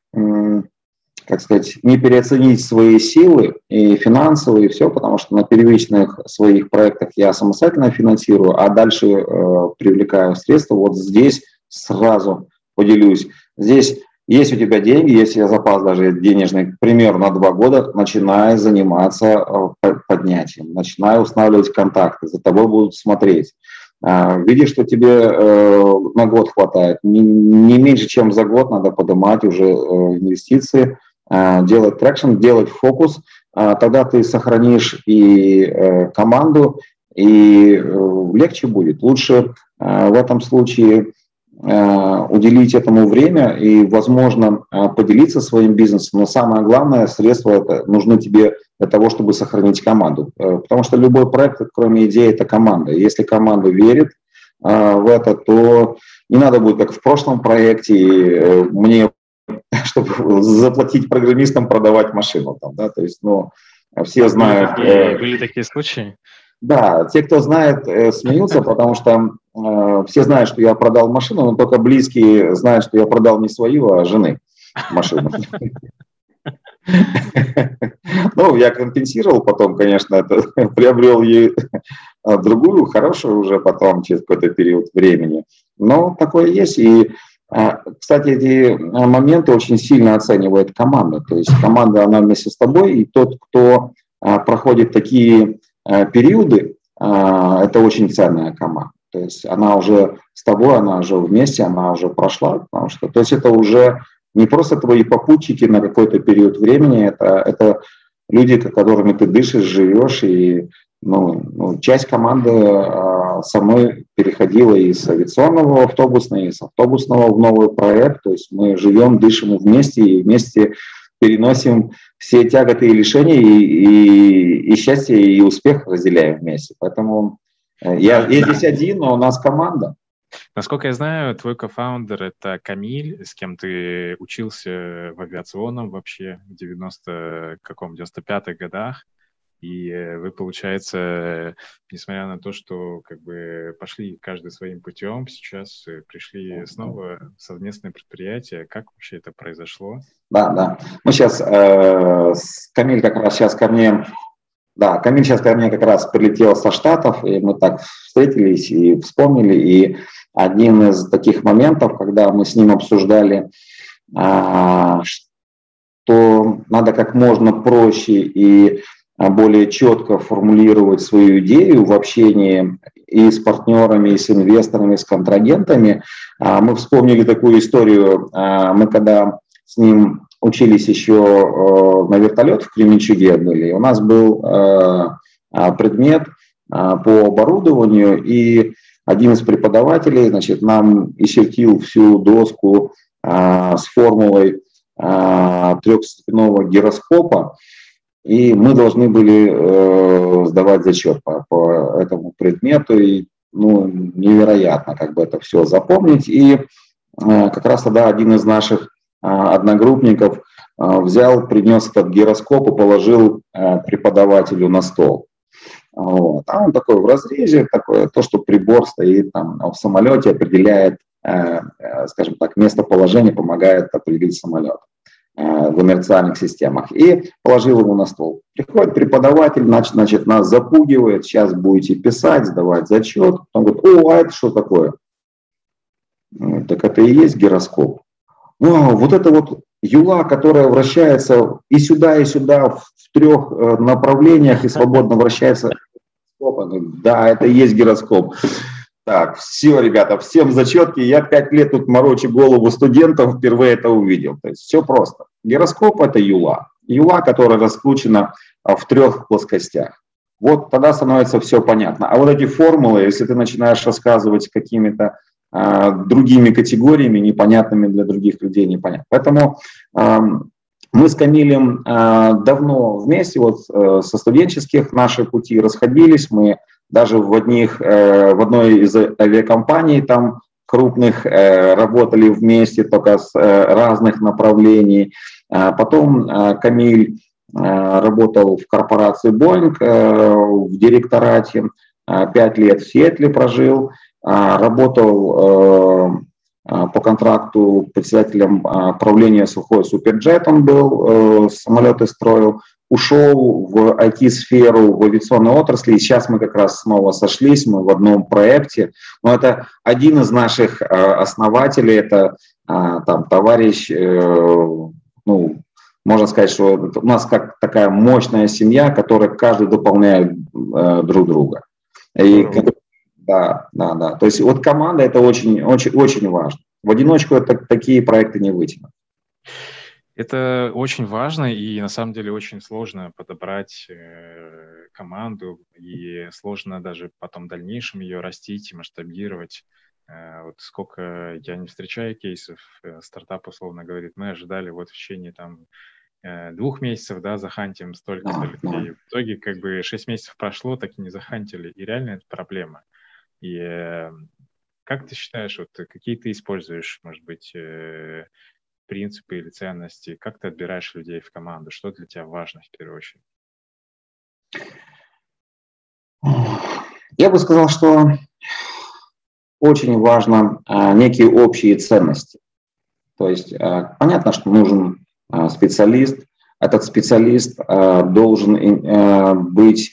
переоценить свои силы и финансовые, и все, потому что на первичных своих проектах я самостоятельно финансирую, а дальше привлекаю средства. Вот здесь сразу поделюсь. Здесь есть у тебя деньги, если запас даже денежный, к примеру, на 2 года, начинай заниматься поднятием, начинай устанавливать контакты, за тобой будут смотреть. Видишь, что тебе на год хватает, не меньше, чем за год надо поднимать уже инвестиции, делать трекшн, делать фокус, тогда ты сохранишь и команду, и легче будет. Лучше в этом случае уделить этому время и, возможно, поделиться своим бизнесом. Но самое главное, средства это нужны тебе для того, чтобы сохранить команду. Потому что любой проект, кроме идеи, это команда. Если команда верит в это, то не надо будет, как в прошлом проекте, мне, чтобы заплатить программистам, продавать машину. Там, да? То есть, все знают... Были такие случаи? Да, те, кто знает, смеются, потому что все знают, что я продал машину, но только близкие знают, что я продал не свою, а жены машину. Ну, я компенсировал потом, конечно, это, приобрел ей другую, хорошую уже потом, через какой-то период времени. Но такое есть. И, кстати, эти моменты очень сильно оценивает команда. То есть команда, она вместе с тобой, и тот, кто проходит такие периоды, это очень ценная команда. То есть она уже с тобой, она уже вместе, она уже прошла, потому что, то есть это уже не просто твои попутчики на какой-то период времени, это люди, которыми ты дышишь, живешь, и часть команды со мной переходила из авиационного в автобусный, из автобусного в новый проект, то есть мы живем, дышим вместе и вместе переносим все тяготы и лишения, и счастье, и успех разделяем вместе. Поэтому я здесь один, но у нас команда. Насколько я знаю, твой кофаундер – это Камиль, с кем ты учился в авиационном вообще в 95-х годах. И вы, получается, несмотря на то, что как бы пошли каждый своим путем, сейчас пришли снова в совместное предприятие. Как вообще это произошло? Да. Мы сейчас, Камиль как раз сейчас ко мне, да, Камиль сейчас ко мне как раз прилетел со Штатов, и мы так встретились и вспомнили. И один из таких моментов, когда мы с ним обсуждали, что надо как можно проще и более четко формулировать свою идею в общении и с партнерами, и с инвесторами, и с контрагентами. Мы вспомнили такую историю. Мы когда с ним учились еще на вертолет в Кременчуге были, у нас был предмет по оборудованию, и один из преподавателей, значит, нам исчертил всю доску с формулой трехстепенного гироскопа, и мы должны были сдавать зачет по этому предмету, и невероятно как бы это все запомнить. И как раз тогда один из наших одногруппников взял, принес этот гироскоп и положил преподавателю на стол. Вот. А он такой в разрезе, такое, то, что прибор стоит там в самолете, определяет, скажем так, местоположение, помогает определить самолет в инерциальных системах. И положил его на стол. Приходит преподаватель, значит, нас запугивает, сейчас будете писать, сдавать зачет. Он говорит: а это что такое? Так это и есть гироскоп. Вот это вот юла, которая вращается и сюда в трех направлениях и свободно вращается. Да, это и есть гироскоп. Так, все, ребята, всем зачетки. Я 5 лет тут морочу голову студентам, впервые это увидел. То есть все просто. Гироскоп – это юла. Юла, которая раскручена в трех плоскостях. Вот тогда становится все понятно. А вот эти формулы, если ты начинаешь рассказывать какими-то другими категориями, непонятными для других людей, непонятно. Поэтому мы с Камилем давно вместе, вот со студенческих наши пути расходились, мы даже в одной из авиакомпаний там крупных работали вместе, только с разных направлений. Потом Камиль работал в корпорации Boeing в директорате, 5 лет в Сиэтле прожил, работал по контракту председателем правления Сухой Суперджет, он был, самолеты строил, ушел в IT-сферу, в авиационной отрасли, и сейчас мы как раз снова сошлись, мы в одном проекте. Но это один из наших основателей, это там товарищ, можно сказать, что у нас как такая мощная семья, которая каждый дополняет друг друга. И, да. То есть вот команда – это очень, очень, очень важно. В одиночку такие проекты не вытянут. Это очень важно, и на самом деле очень сложно подобрать команду, и сложно даже потом в дальнейшем ее растить и масштабировать. Вот сколько я не встречаю кейсов, стартап условно говорит, мы ожидали вот в течение там 2 месяцев, да, захантим столько-то людей. В итоге как бы 6 месяцев прошло, так и не захантили, и реально это проблема. И как ты считаешь, вот какие ты используешь, может быть, принципы или ценности? Как ты отбираешь людей в команду? Что для тебя важно в первую очередь? Я бы сказал, что очень важно некие общие ценности. То есть понятно, что нужен специалист. Этот специалист должен быть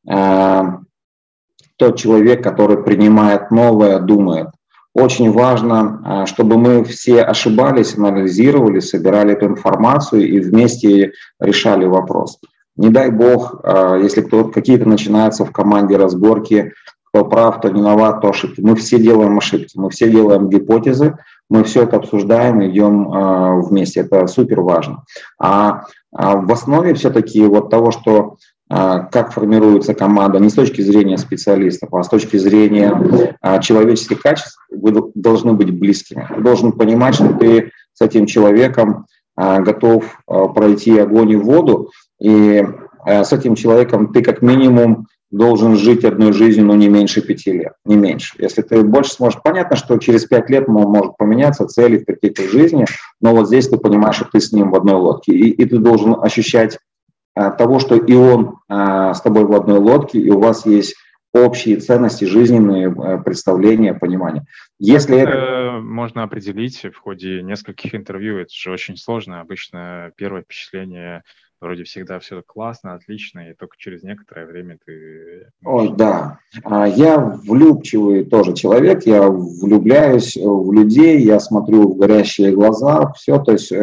тот человек, который принимает новое, думает. Очень важно, чтобы мы все ошибались, анализировали, собирали эту информацию и вместе решали вопрос. Не дай бог, если какие-то начинаются в команде разборки, кто прав, кто виноват, кто ошибки. Мы все делаем ошибки, мы все делаем гипотезы, мы все это обсуждаем, идем вместе. Это супер важно. А в основе все-таки вот того, что как формируется команда не с точки зрения специалистов, а с точки зрения человеческих качеств, вы должны быть близкими. Ты должен понимать, что ты с этим человеком готов пройти огонь и воду, и с этим человеком ты как минимум должен жить одной жизнью, но не меньше 5 лет, не меньше. Если ты больше сможешь, понятно, что через 5 лет может поменяться цели в какой-то жизни, но вот здесь ты понимаешь, что ты с ним в одной лодке, и ты должен ощущать того, что и он с тобой в одной лодке, и у вас есть общие ценности, жизненные представления, понимания. Если это можно определить в ходе нескольких интервью, это же очень сложно. Обычно первое впечатление вроде всегда все классно, отлично, и только через некоторое время ты... Ой, да. Я влюбчивый тоже человек, я влюбляюсь в людей, я смотрю в горящие глаза, все, то есть...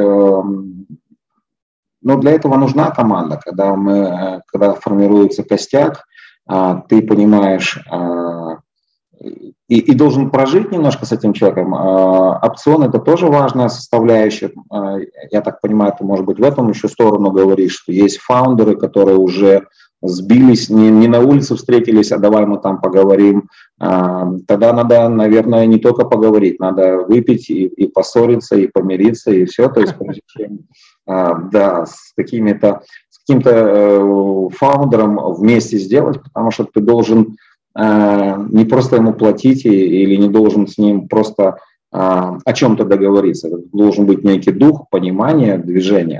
Но для этого нужна команда, когда формируется костяк, ты понимаешь и должен прожить немножко с этим человеком. Опцион – это тоже важная составляющая. Я так понимаю, ты, может быть, в этом еще сторону говоришь, что есть фаундеры, которые уже сбились, не на улице встретились, а давай мы там поговорим. Тогда надо, наверное, не только поговорить, надо выпить и поссориться, и помириться, и все. То есть, да, с каким-то фаундером вместе сделать, потому что ты должен не просто ему платить или не должен с ним просто о чем-то договориться. Это должен быть некий дух, понимание, движение.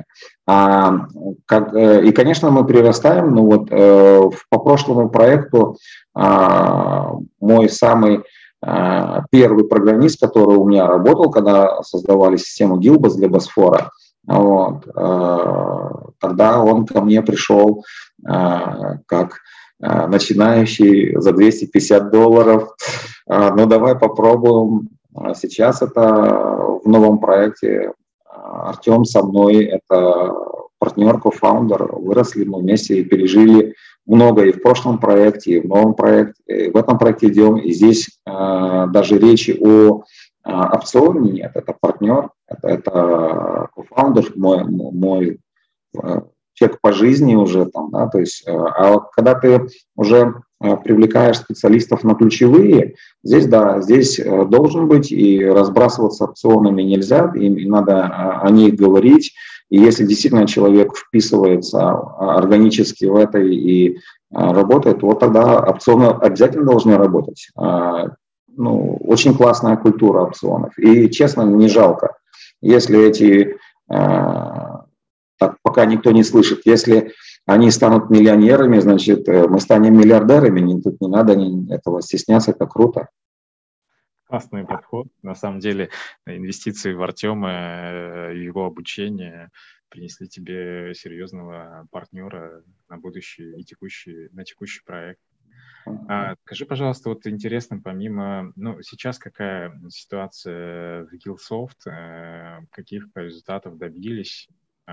И, конечно, мы прирастаем. Ну вот по прошлому проекту мой самый первый программист, который у меня работал, когда создавали систему Gilbas для Босфора, вот, тогда он ко мне пришел как начинающий за $250. Ну, давай попробуем. Сейчас это в новом проекте. Артем со мной, это партнер, кофаундер. Выросли мы вместе и пережили много и в прошлом проекте, и в новом проекте. И в этом проекте идем. И здесь даже речи о опционе нет. Это партнер, это кофаундер, мой человек по жизни уже там, да, то есть, а когда ты уже привлекаешь специалистов на ключевые, здесь, да, здесь должен быть, и разбрасываться опционами нельзя, и надо о них говорить, и если действительно человек вписывается органически в это и работает, вот тогда опционы обязательно должны работать. Ну, очень классная культура опционов, и, честно, не жалко, если эти... Так, пока никто не слышит. Если они станут миллионерами, значит, мы станем миллиардерами. Тут не надо этого стесняться, это круто. Классный подход. На самом деле инвестиции в Артема, его обучение принесли тебе серьезного партнера на будущий и текущий проект. Скажи, пожалуйста, вот интересно, помимо, ну, сейчас какая ситуация в Gilsoft, каких результатов добились,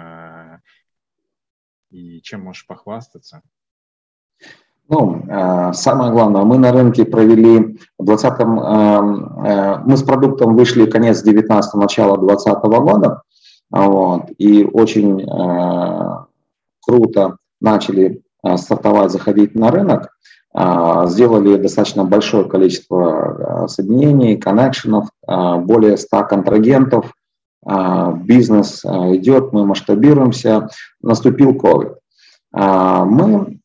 и чем можешь похвастаться? Ну, самое главное, мы на рынке провели в 2020, мы с продуктом вышли конец 19 начало 2020 года, вот, и очень круто начали стартовать, заходить на рынок, сделали достаточно большое количество соединений, коннекшенов, более 100 контрагентов, бизнес идет, мы масштабируемся, наступил COVID. Мы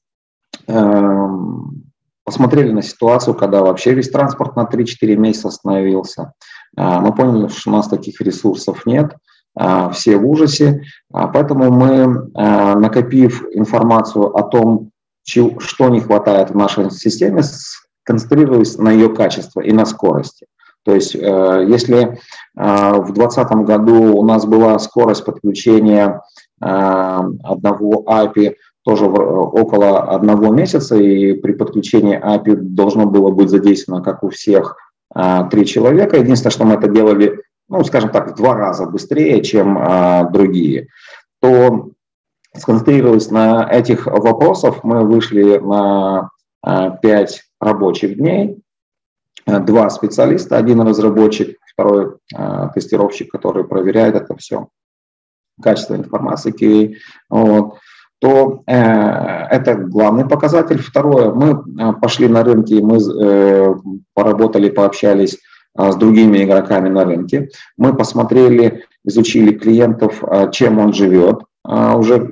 посмотрели на ситуацию, когда вообще весь транспорт на 3-4 месяца остановился. Мы поняли, что у нас таких ресурсов нет, все в ужасе, поэтому мы, накопив информацию о том, что не хватает в нашей системе, концентрировались на ее качестве и на скорости. То есть если в 2020 году у нас была скорость подключения одного API тоже около 1 месяца, и при подключении API должно было быть задействовано, как у всех, 3 человека. Единственное, что мы это делали, ну, скажем так, в 2 раза быстрее, чем другие, то сконцентрировались на этих вопросах, мы вышли на 5 рабочих дней, 2 специалиста, 1 разработчик, 2 тестировщик, который проверяет это все, качество информации, QA, вот, то это главный показатель. Второе, мы пошли на рынке, мы поработали, пообщались с другими игроками на рынке, мы посмотрели, изучили клиентов, чем он живет, уже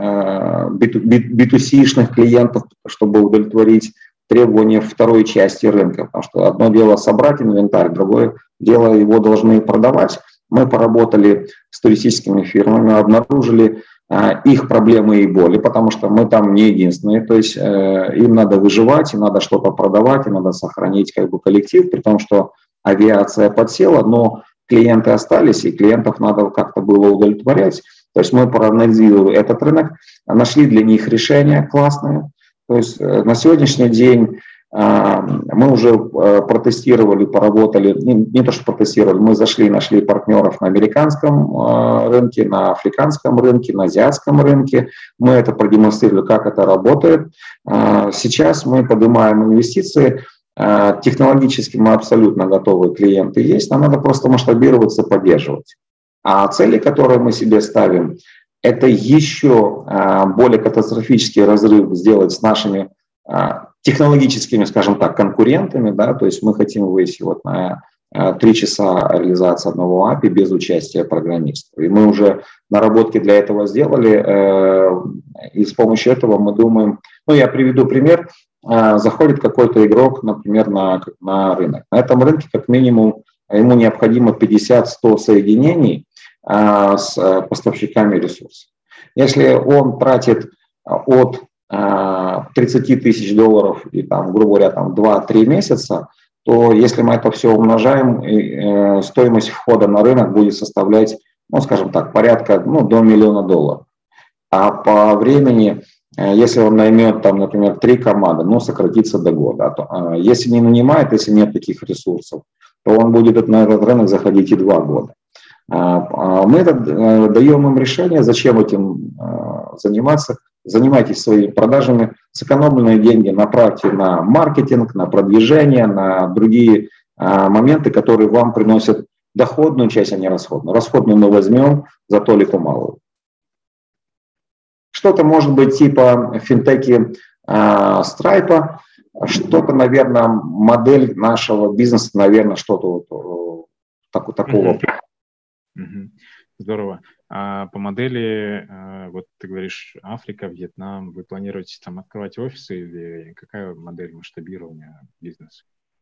B2C-шных клиентов, чтобы удовлетворить требования второй части рынка, потому что одно дело собрать инвентарь, другое дело его должны продавать. Мы поработали с туристическими фирмами, обнаружили их проблемы и боли, потому что мы там не единственные, то есть им надо выживать, им надо что-то продавать, им надо сохранить как бы коллектив, при том, что авиация подсела, но клиенты остались, и клиентов надо как-то было удовлетворять. То есть мы проанализировали этот рынок, нашли для них решения классные. То есть на сегодняшний день мы уже протестировали, поработали, не то что протестировали, мы зашли, нашли партнеров на американском рынке, на африканском рынке, на азиатском рынке. Мы это продемонстрировали, как это работает. Сейчас мы поднимаем инвестиции. Технологически мы абсолютно готовы, клиенты есть, нам надо просто масштабироваться, поддерживать. А цели, которые мы себе ставим, это еще более катастрофический разрыв сделать с нашими технологическими, скажем так, конкурентами, да, то есть мы хотим выйти вот на 3 часа реализации одного API без участия программистов. И мы уже наработки для этого сделали, и с помощью этого мы думаем, ну, я приведу пример, заходит какой-то игрок, например, на рынок. На этом рынке как минимум ему необходимо 50-100 соединений с поставщиками ресурсов. Если он тратит от 30 тысяч долларов и, там, грубо говоря, там 2-3 месяца, то если мы это все умножаем, стоимость входа на рынок будет составлять, ну, скажем так, порядка до $1 миллиона. А по времени, если он наймет, там, например, 3 команды, сократится до года. Если не нанимает, если нет таких ресурсов, то он будет на этот рынок заходить и 2 года. Мы даем им решение, зачем этим заниматься. Занимайтесь своими продажами, сэкономленные деньги направьте на маркетинг, на продвижение, на другие моменты, которые вам приносят доходную часть, а не расходную. Расходную мы возьмем за толику малую. Что-то может быть типа финтеки Stripe, что-то, наверное, модель нашего бизнеса, наверное, что-то такого. Здорово. А по модели, вот ты говоришь, Африка, Вьетнам, вы планируете там открывать офисы или какая модель масштабирования бизнеса?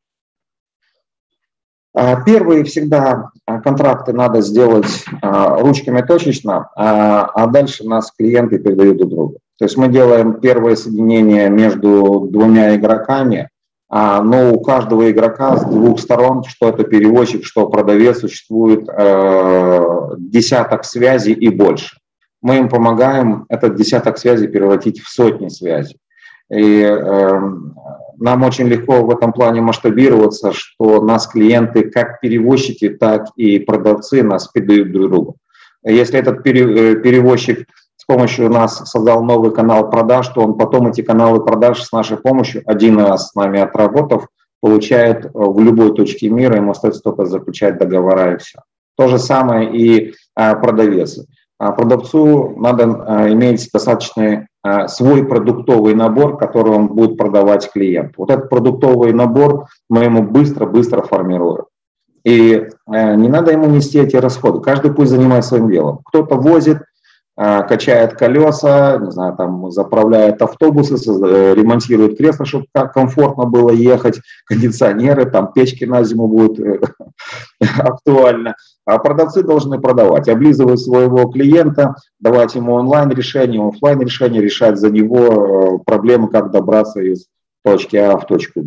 Первые всегда контракты надо сделать ручками точечно, а дальше нас клиенты передают друг другу. То есть мы делаем первое соединение между 2 игроками, но у каждого игрока с 2 сторон, что это перевозчик, что продавец, существует десяток связей и больше. Мы им помогаем этот десяток связей превратить в сотни связей. И нам очень легко в этом плане масштабироваться, что нас клиенты, как перевозчики, так и продавцы, нас передают друг другу. Если этот перевозчик с помощью нас создал новый канал продаж, то он потом эти каналы продаж с нашей помощью, 1 раз с нами отработав, получает в любой точке мира, ему остается только заключать договора и все. То же самое и продавец. Продавцу надо иметь достаточный свой продуктовый набор, который он будет продавать клиенту. Вот этот продуктовый набор мы ему быстро формируем. И не надо ему нести эти расходы. Каждый пусть занимается своим делом. Кто-то возит, качает колеса, не знаю, там заправляет автобусы, ремонтирует кресла, чтобы комфортно было ехать, кондиционеры, там печки на зиму будут актуально. А продавцы должны продавать, облизывать своего клиента, давать ему онлайн-решение, офлайн-решение, решать за него проблемы, как добраться из точки А в точку Б.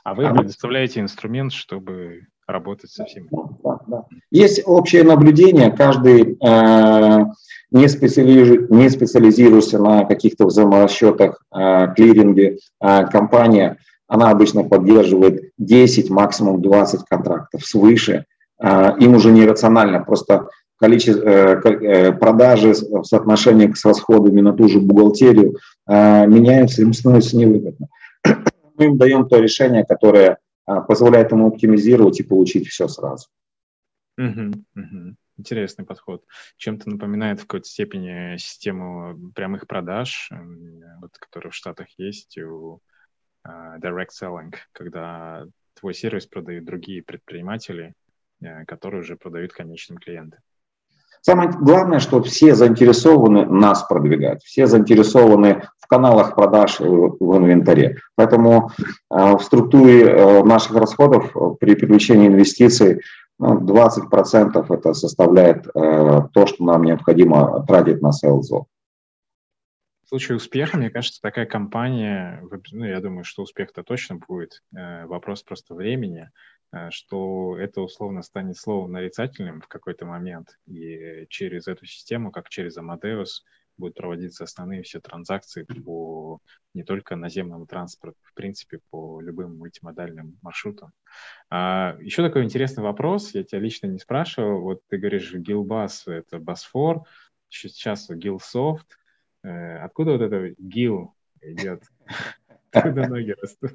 А вы предоставляете инструмент, чтобы работать со всеми. Да. Есть общее наблюдение, каждый не специализируется на каких-то взаиморасчетах, клиринге, компания, она обычно поддерживает 10, максимум 20 контрактов свыше. Им уже нерационально, просто количество продажи в соотношении с расходами на ту же бухгалтерию меняются, им становится невыгодно. Мы им даем то решение, которое позволяет ему оптимизировать и получить все сразу. Интересный подход. Чем-то напоминает в какой-то степени систему прямых продаж, вот, которая в Штатах есть, у direct selling, когда твой сервис продают другие предприниматели, которые уже продают конечным клиентам. Самое главное, что все заинтересованы нас продвигать, все заинтересованы в каналах продаж в инвентаре. Поэтому в структуре наших расходов при привлечении инвестиций 20% это составляет то, что нам необходимо тратить на sales. В случае успеха, мне кажется, такая компания, я думаю, что успех-то точно будет, вопрос просто времени, что это условно станет словом нарицательным в какой-то момент, и через эту систему, как через Amadeus, будут проводиться основные все транзакции по не только наземному транспорту, в принципе, по любым мультимодальным маршрутам. Еще такой интересный вопрос, я тебя лично не спрашивал, вот ты говоришь, Гилбас — это Басфор, сейчас Гилсофт. Откуда вот это ГИЛ идет? Откуда ноги растут?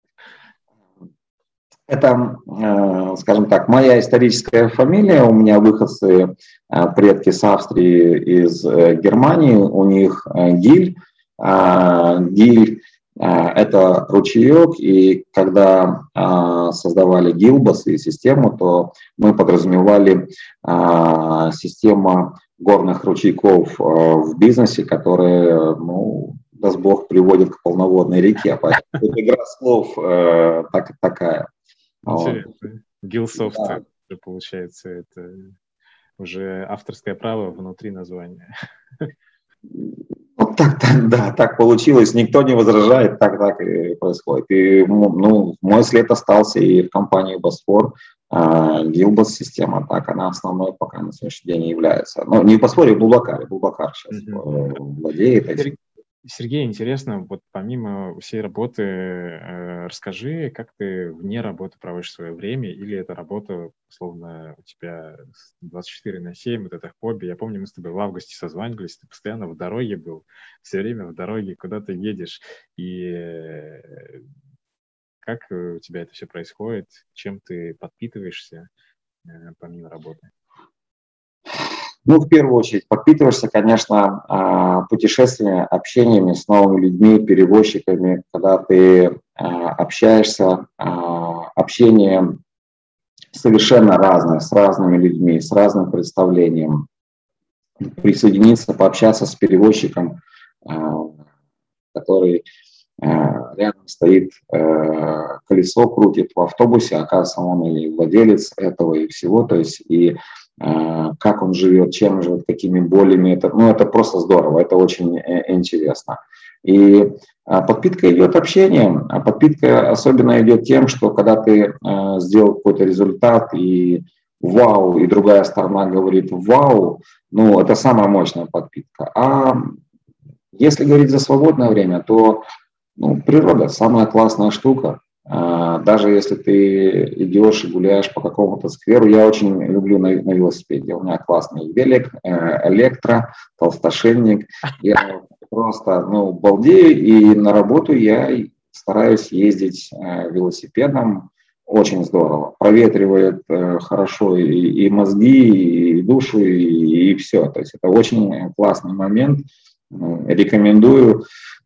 Это, скажем так, моя историческая фамилия. У меня выходцы, предки с Австрии, из Германии. У них Гиль. Гиль – это ручеек. И когда создавали Гилбас и систему, то мы подразумевали систему горных ручейков в бизнесе, которые, даст Бог, приводят к полноводной реке. Поэтому игра слов такая. Интересно. Гилсофт, да. Получается, это уже авторское право внутри названия. Вот так получилось. Никто не возражает, так и происходит. И мой след остался и в компании Босфор. Гилбас система, так, она основной пока на сегодняшний день не является. Но не в Босфоре, Булбакар сейчас владеет этим. Сергей, интересно, вот помимо всей работы, расскажи, как ты вне работы проводишь свое время, или эта работа, условно, у тебя 24/7, вот это хобби. Я помню, мы с тобой в августе созванивались, ты постоянно в дороге был, все время в дороге, куда ты едешь, и как у тебя это все происходит, чем ты подпитываешься помимо работы? В первую очередь, подпитываешься, конечно, путешествиями, общениями с новыми людьми, перевозчиками, когда ты общаешься, общение совершенно разное, с разными людьми, с разным представлением. Присоединиться, пообщаться с перевозчиком, который рядом стоит, колесо крутит в автобусе, оказывается, он и владелец этого и всего, то есть и как он живет, чем живет, какими болями, это просто здорово, это очень интересно. И подпитка идет общением, а подпитка особенно идет тем, что когда ты сделал какой-то результат и вау, и другая сторона говорит вау, это самая мощная подпитка. А если говорить за свободное время, то природа самая классная штука. Даже если ты идешь и гуляешь по какому-то скверу, я очень люблю на велосипеде. У меня классный велик, электро, толстошенник. Я просто балдею, и на работу я стараюсь ездить велосипедом. Очень здорово. Проветривает хорошо и мозги, и душу, и все. То есть это очень классный момент. Рекомендую.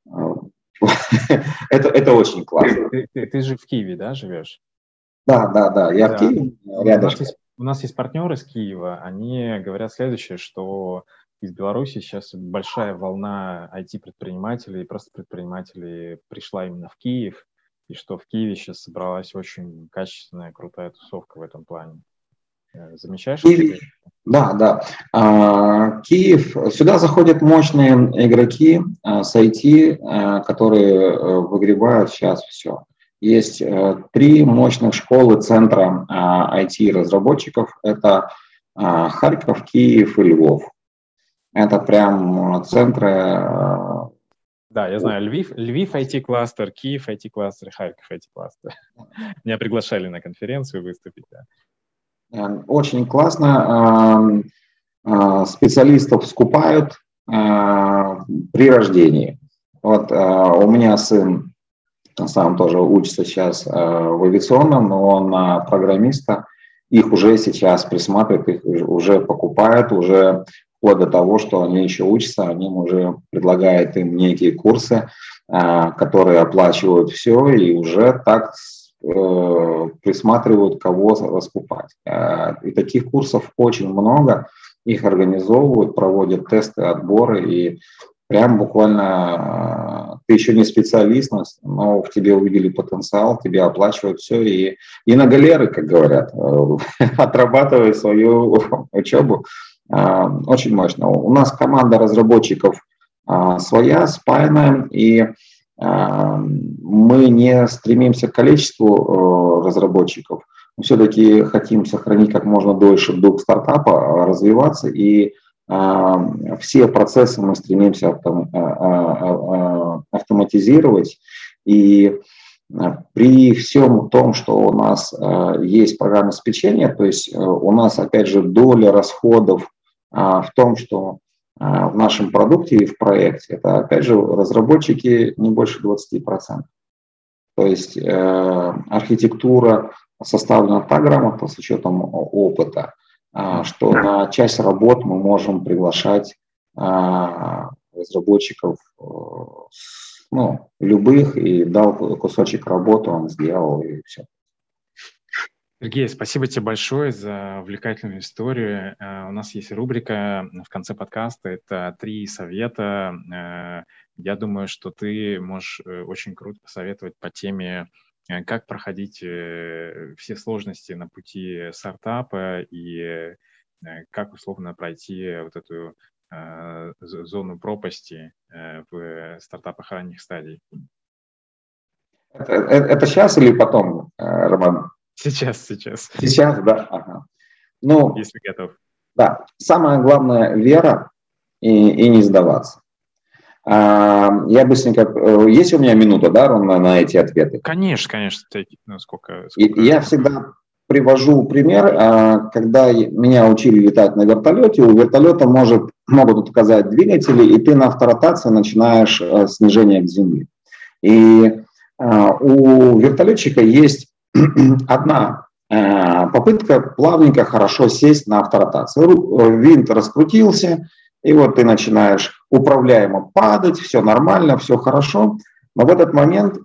Это очень классно. Ты же в Киеве, да, живешь? Да, я в Киеве, рядышком. У нас есть партнеры из Киева, они говорят следующее, что из Беларуси сейчас большая волна IT-предпринимателей, просто предпринимателей пришла именно в Киев, и что в Киеве сейчас собралась очень качественная, крутая тусовка в этом плане. Замечаешь? Да. Киев, сюда заходят мощные игроки с IT, которые выгребают сейчас все. есть 3 мощных школы центра IT-разработчиков. Это Харьков, Киев и Львов. Это прям центры. Да, я знаю, Львив IT-кластер, Киев IT-кластер, Харьков IT-кластер. Меня приглашали на конференцию выступить. Да. Очень классно. Специалистов скупают при рождении. Вот у меня сын сам тоже учится сейчас в авиационном, но он программиста. Их уже сейчас присматривают, их уже покупают, уже вплоть до того, что они еще учатся, они уже предлагают им некие курсы, которые оплачивают все и уже так присматривают, кого раскупать. И таких курсов очень много, их организовывают, проводят тесты, отборы, и прям буквально ты еще не специалист, но в тебе увидели потенциал, тебе оплачивают все, и на галеры, как говорят, отрабатывают свою учебу. Очень мощно. У нас команда разработчиков своя, спаянная, и мы не стремимся к количеству разработчиков, мы все-таки хотим сохранить как можно дольше дух стартапа, развиваться, и все процессы мы стремимся автоматизировать. И при всем том, что у нас есть программное обеспечение, то есть у нас, опять же, доля расходов в том, что в нашем продукте и в проекте, это, опять же, разработчики не больше 20%. То есть архитектура составлена так грамотно с учетом опыта, что на часть работ мы можем приглашать разработчиков любых, и дал кусочек работы, он сделал, и все. Сергей, спасибо тебе большое за увлекательную историю. У нас есть рубрика в конце подкаста, это 3 совета. Я думаю, что ты можешь очень круто посоветовать по теме, как проходить все сложности на пути стартапа и как условно пройти вот эту зону пропасти в стартапах ранних стадий. Это сейчас или потом, Роман? Сейчас. Сейчас, да. Ага. Ну, если готов. Да, самое главное — вера и не сдаваться. Я быстренько... Есть у меня минута, да, Ром, на эти ответы? Конечно. Сколько... Я всегда привожу пример, когда меня учили летать на вертолете, у вертолета могут отказать двигатели, и ты на авторотации начинаешь снижение к земле. И у вертолетчика есть одна попытка плавненько, хорошо сесть на авторотацию. Винт раскрутился, и вот ты начинаешь управляемо падать, все нормально, все хорошо. Но в этот момент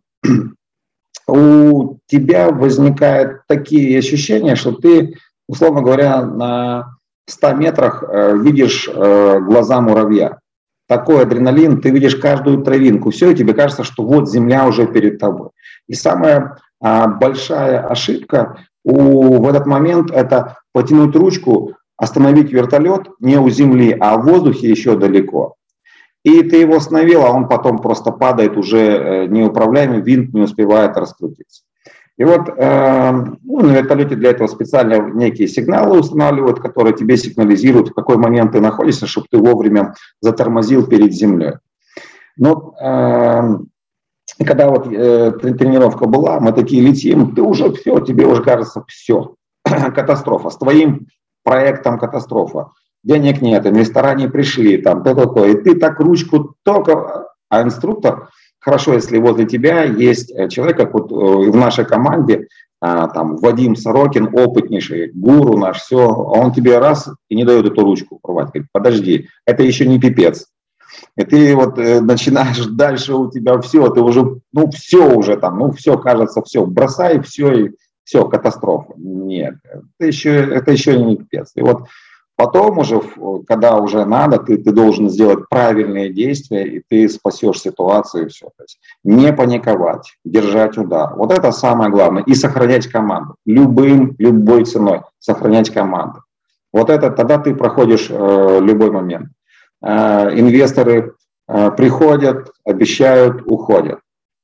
у тебя возникают такие ощущения, что ты, условно говоря, на 100 метрах видишь глаза муравья. Такой адреналин, ты видишь каждую травинку, все, и тебе кажется, что вот земля уже перед тобой. И самая большая ошибка в этот момент — это потянуть ручку, остановить вертолет не у земли, а в воздухе еще далеко. И ты его остановил, а он потом просто падает уже неуправляемый, винт не успевает раскрутиться. И вот на вертолете для этого специально некие сигналы устанавливают, которые тебе сигнализируют, в какой момент ты находишься, чтобы ты вовремя затормозил перед землей. Но когда вот тренировка была, мы такие летим, ты уже все, тебе уже кажется все, катастрофа, с твоим проектом катастрофа. Денег нет, инвестора не пришли, там то-то-то, и ты так ручку только, а инструктор, хорошо, если возле тебя есть человек, как вот в нашей команде, там Вадим Сорокин, опытнейший, гуру наш, все, он тебе раз и не дает эту ручку порвать, говорит, подожди, это еще не пипец. И ты вот начинаешь дальше, у тебя все, ты уже, все уже там, все, кажется, все, бросай, все, и все, катастрофа. Нет, это еще не пипец. И вот потом уже, когда уже надо, ты должен сделать правильные действия, и ты спасешь ситуацию, и все. То есть не паниковать, держать удар. Вот это самое главное. И сохранять команду. Любой ценой сохранять команду. Вот это тогда ты проходишь любой момент. Инвесторы приходят, обещают, уходят.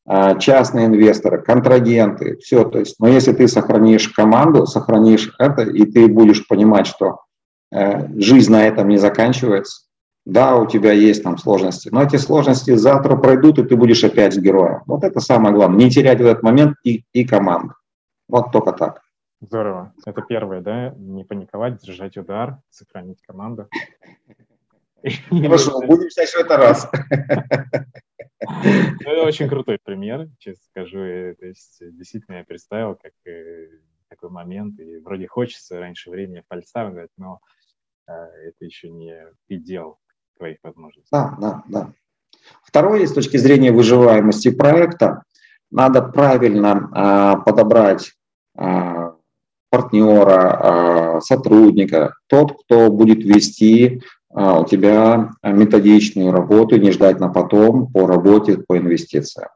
частные инвесторы, контрагенты, все. То есть, но если ты сохранишь команду, сохранишь это, и ты будешь понимать, что жизнь на этом не заканчивается, да, у тебя есть там сложности, но эти сложности завтра пройдут, и ты будешь опять героем. Вот это самое главное, не терять в этот момент и команду. Вот только так. Здорово. Это первое, да? Не паниковать, держать удар, сохранить команду. Хорошо, будем в это раз. Это очень крутой пример, честно скажу. То есть действительно я представил, как такой момент, и вроде хочется раньше времени фальстаргать, но это еще не предел твоих возможностей. Да. Второе, с точки зрения выживаемости проекта, надо правильно подобрать партнера, сотрудника, тот, кто будет вести у тебя методичную работу и не ждать на потом по работе, по инвестициям.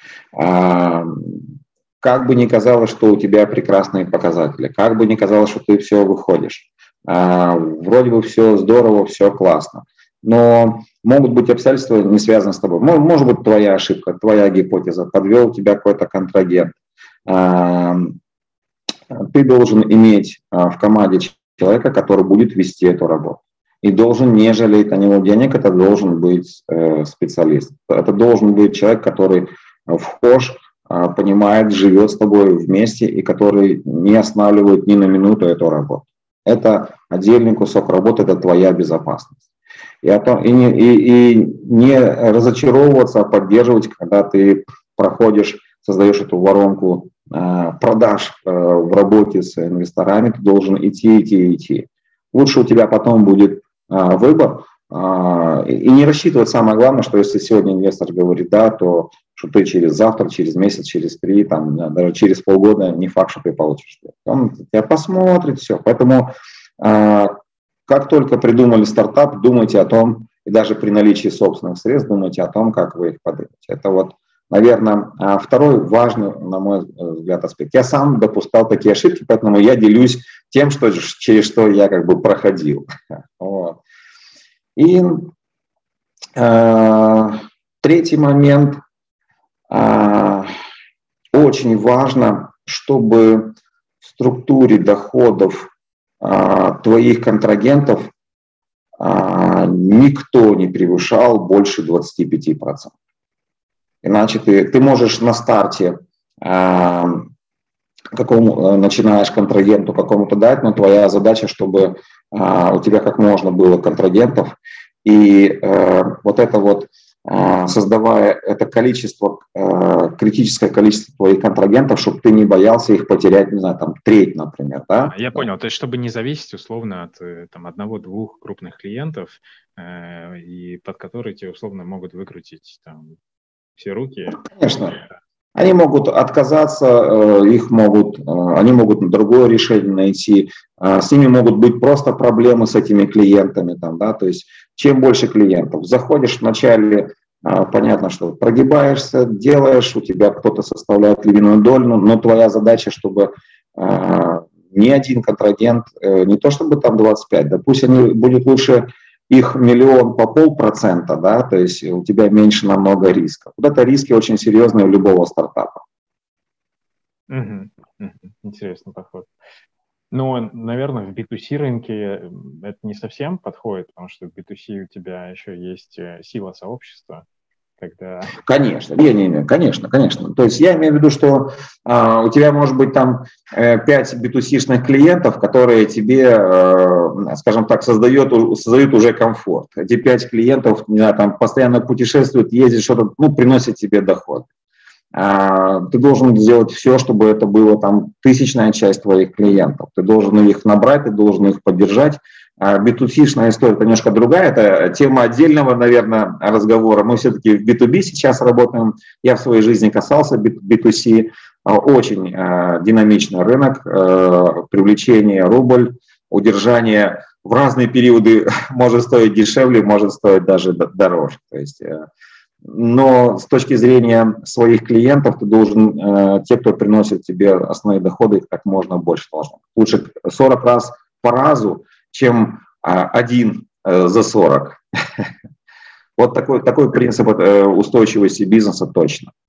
Как бы ни казалось, что у тебя прекрасные показатели, как бы ни казалось, что ты все выходишь, вроде бы все здорово, все классно, но могут быть обстоятельства, не связанные с тобой. Может быть, твоя ошибка, твоя гипотеза, подвел тебя какой-то контрагент. Ты должен иметь в команде человека, который будет вести эту работу. И должен не жалеть на него денег, это должен быть специалист. Это должен быть человек, который вхож, понимает, живет с тобой вместе и который не останавливает ни на минуту эту работу. Это отдельный кусок работы, это твоя безопасность. И не разочаровываться, а поддерживать, когда ты проходишь, создаешь эту воронку продаж в работе с инвесторами, ты должен идти. Лучше у тебя потом будет выбор, и не рассчитывать, самое главное, что если сегодня инвестор говорит да, то что ты завтра, через месяц, через 3, там, даже через полгода не факт, что ты получишь. Он тебя посмотрит, все. Поэтому как только придумали стартап, думайте о том, и даже при наличии собственных средств, думайте о том, как вы их поднимете. Это вот, наверное, второй важный, на мой взгляд, аспект. Я сам допускал такие ошибки, поэтому я делюсь тем, через что я как бы проходил. Вот. И третий момент. Очень важно, чтобы в структуре доходов твоих контрагентов никто не превышал больше 25%. Иначе ты можешь на старте начинаешь контрагенту какому-то дать, но твоя задача, чтобы у тебя как можно было контрагентов, и вот это вот, создавая это количество, критическое количество твоих контрагентов, чтобы ты не боялся их потерять, не знаю, там, треть, например, да? Я понял, то есть чтобы не зависеть условно от там, одного-двух крупных клиентов, и под которые тебе условно могут выкрутить там все руки. Конечно. Они могут отказаться, они могут другое решение найти, с ними могут быть просто проблемы с этими клиентами, там, да, то есть чем больше клиентов. Заходишь вначале, понятно, что прогибаешься, делаешь, у тебя кто-то составляет львиную долю, но твоя задача, чтобы ни один контрагент, не то чтобы там 25, да, пусть они будет лучше их 1 миллион по 0,5%, да, то есть у тебя меньше намного рисков. Вот это риски очень серьезные у любого стартапа. Интересный подход. Ну, наверное, в B2C рынке это не совсем подходит, потому что в B2C у тебя еще есть сила сообщества. Когда... Конечно, конечно. То есть я имею в виду, что у тебя может быть там 5 B2C-шных клиентов, которые тебе, скажем так, создают уже комфорт. Эти 5 клиентов, не знаю, там постоянно путешествуют, ездят, что-то, приносят тебе доход. Ты должен сделать все, чтобы это было там 1000-я часть твоих клиентов. Ты должен их набрать, ты должен их поддержать. B2C-шная история – это немножко другая, это тема отдельного, наверное, разговора. Мы все-таки в B2B сейчас работаем. Я в своей жизни касался B2C. Очень динамичный рынок, привлечение рубль, удержание в разные периоды может стоить дешевле, может стоить даже дороже. То есть, но с точки зрения своих клиентов ты должен, те, кто приносит тебе основные доходы, как можно больше должно. Лучше 40 раз по разу, чем 1 за 40. Вот такой принцип устойчивости бизнеса точно.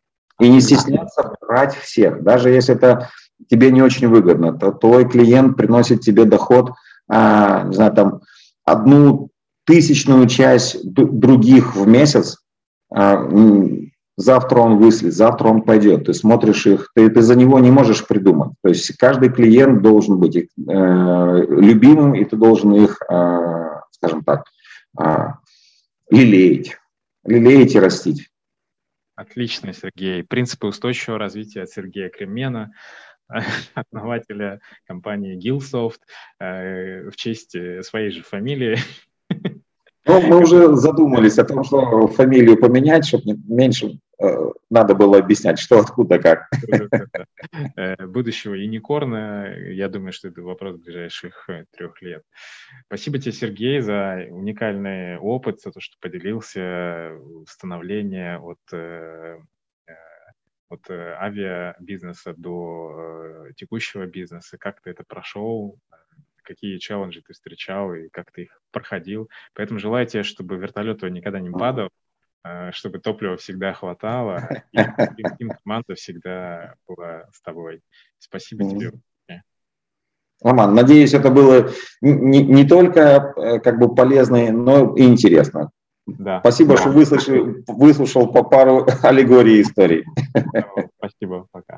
И не стесняться брать всех. Даже если это тебе не очень выгодно, то твой клиент приносит тебе доход, не знаю, там, 1/1000 часть других в месяц, завтра он выслит, завтра он пойдет. Ты смотришь их, ты за него не можешь придумать. То есть каждый клиент должен быть любимым, и ты должен их, скажем так, лелеять и растить. Отлично, Сергей. Принципы устойчивого развития от Сергея Кремена, основателя компании Gillsoft, в честь своей же фамилии. Ну, мы уже задумались о том, что фамилию поменять, чтобы меньше надо было объяснять, что, откуда, как. Будущего юникорна, я думаю, что это вопрос ближайших 3 лет. Спасибо тебе, Сергей, за уникальный опыт, за то, что поделился становлением от авиабизнеса до текущего бизнеса, как ты это прошел, какие челленджи ты встречал и как ты их проходил. Поэтому желаю тебе, чтобы вертолет твой никогда не падал, чтобы топлива всегда хватало, и команда всегда была с тобой. Спасибо тебе. Роман, надеюсь, это было не только как бы полезно, но и интересно. Да. Спасибо, что выслушал по пару аллегорий историй. Спасибо, пока.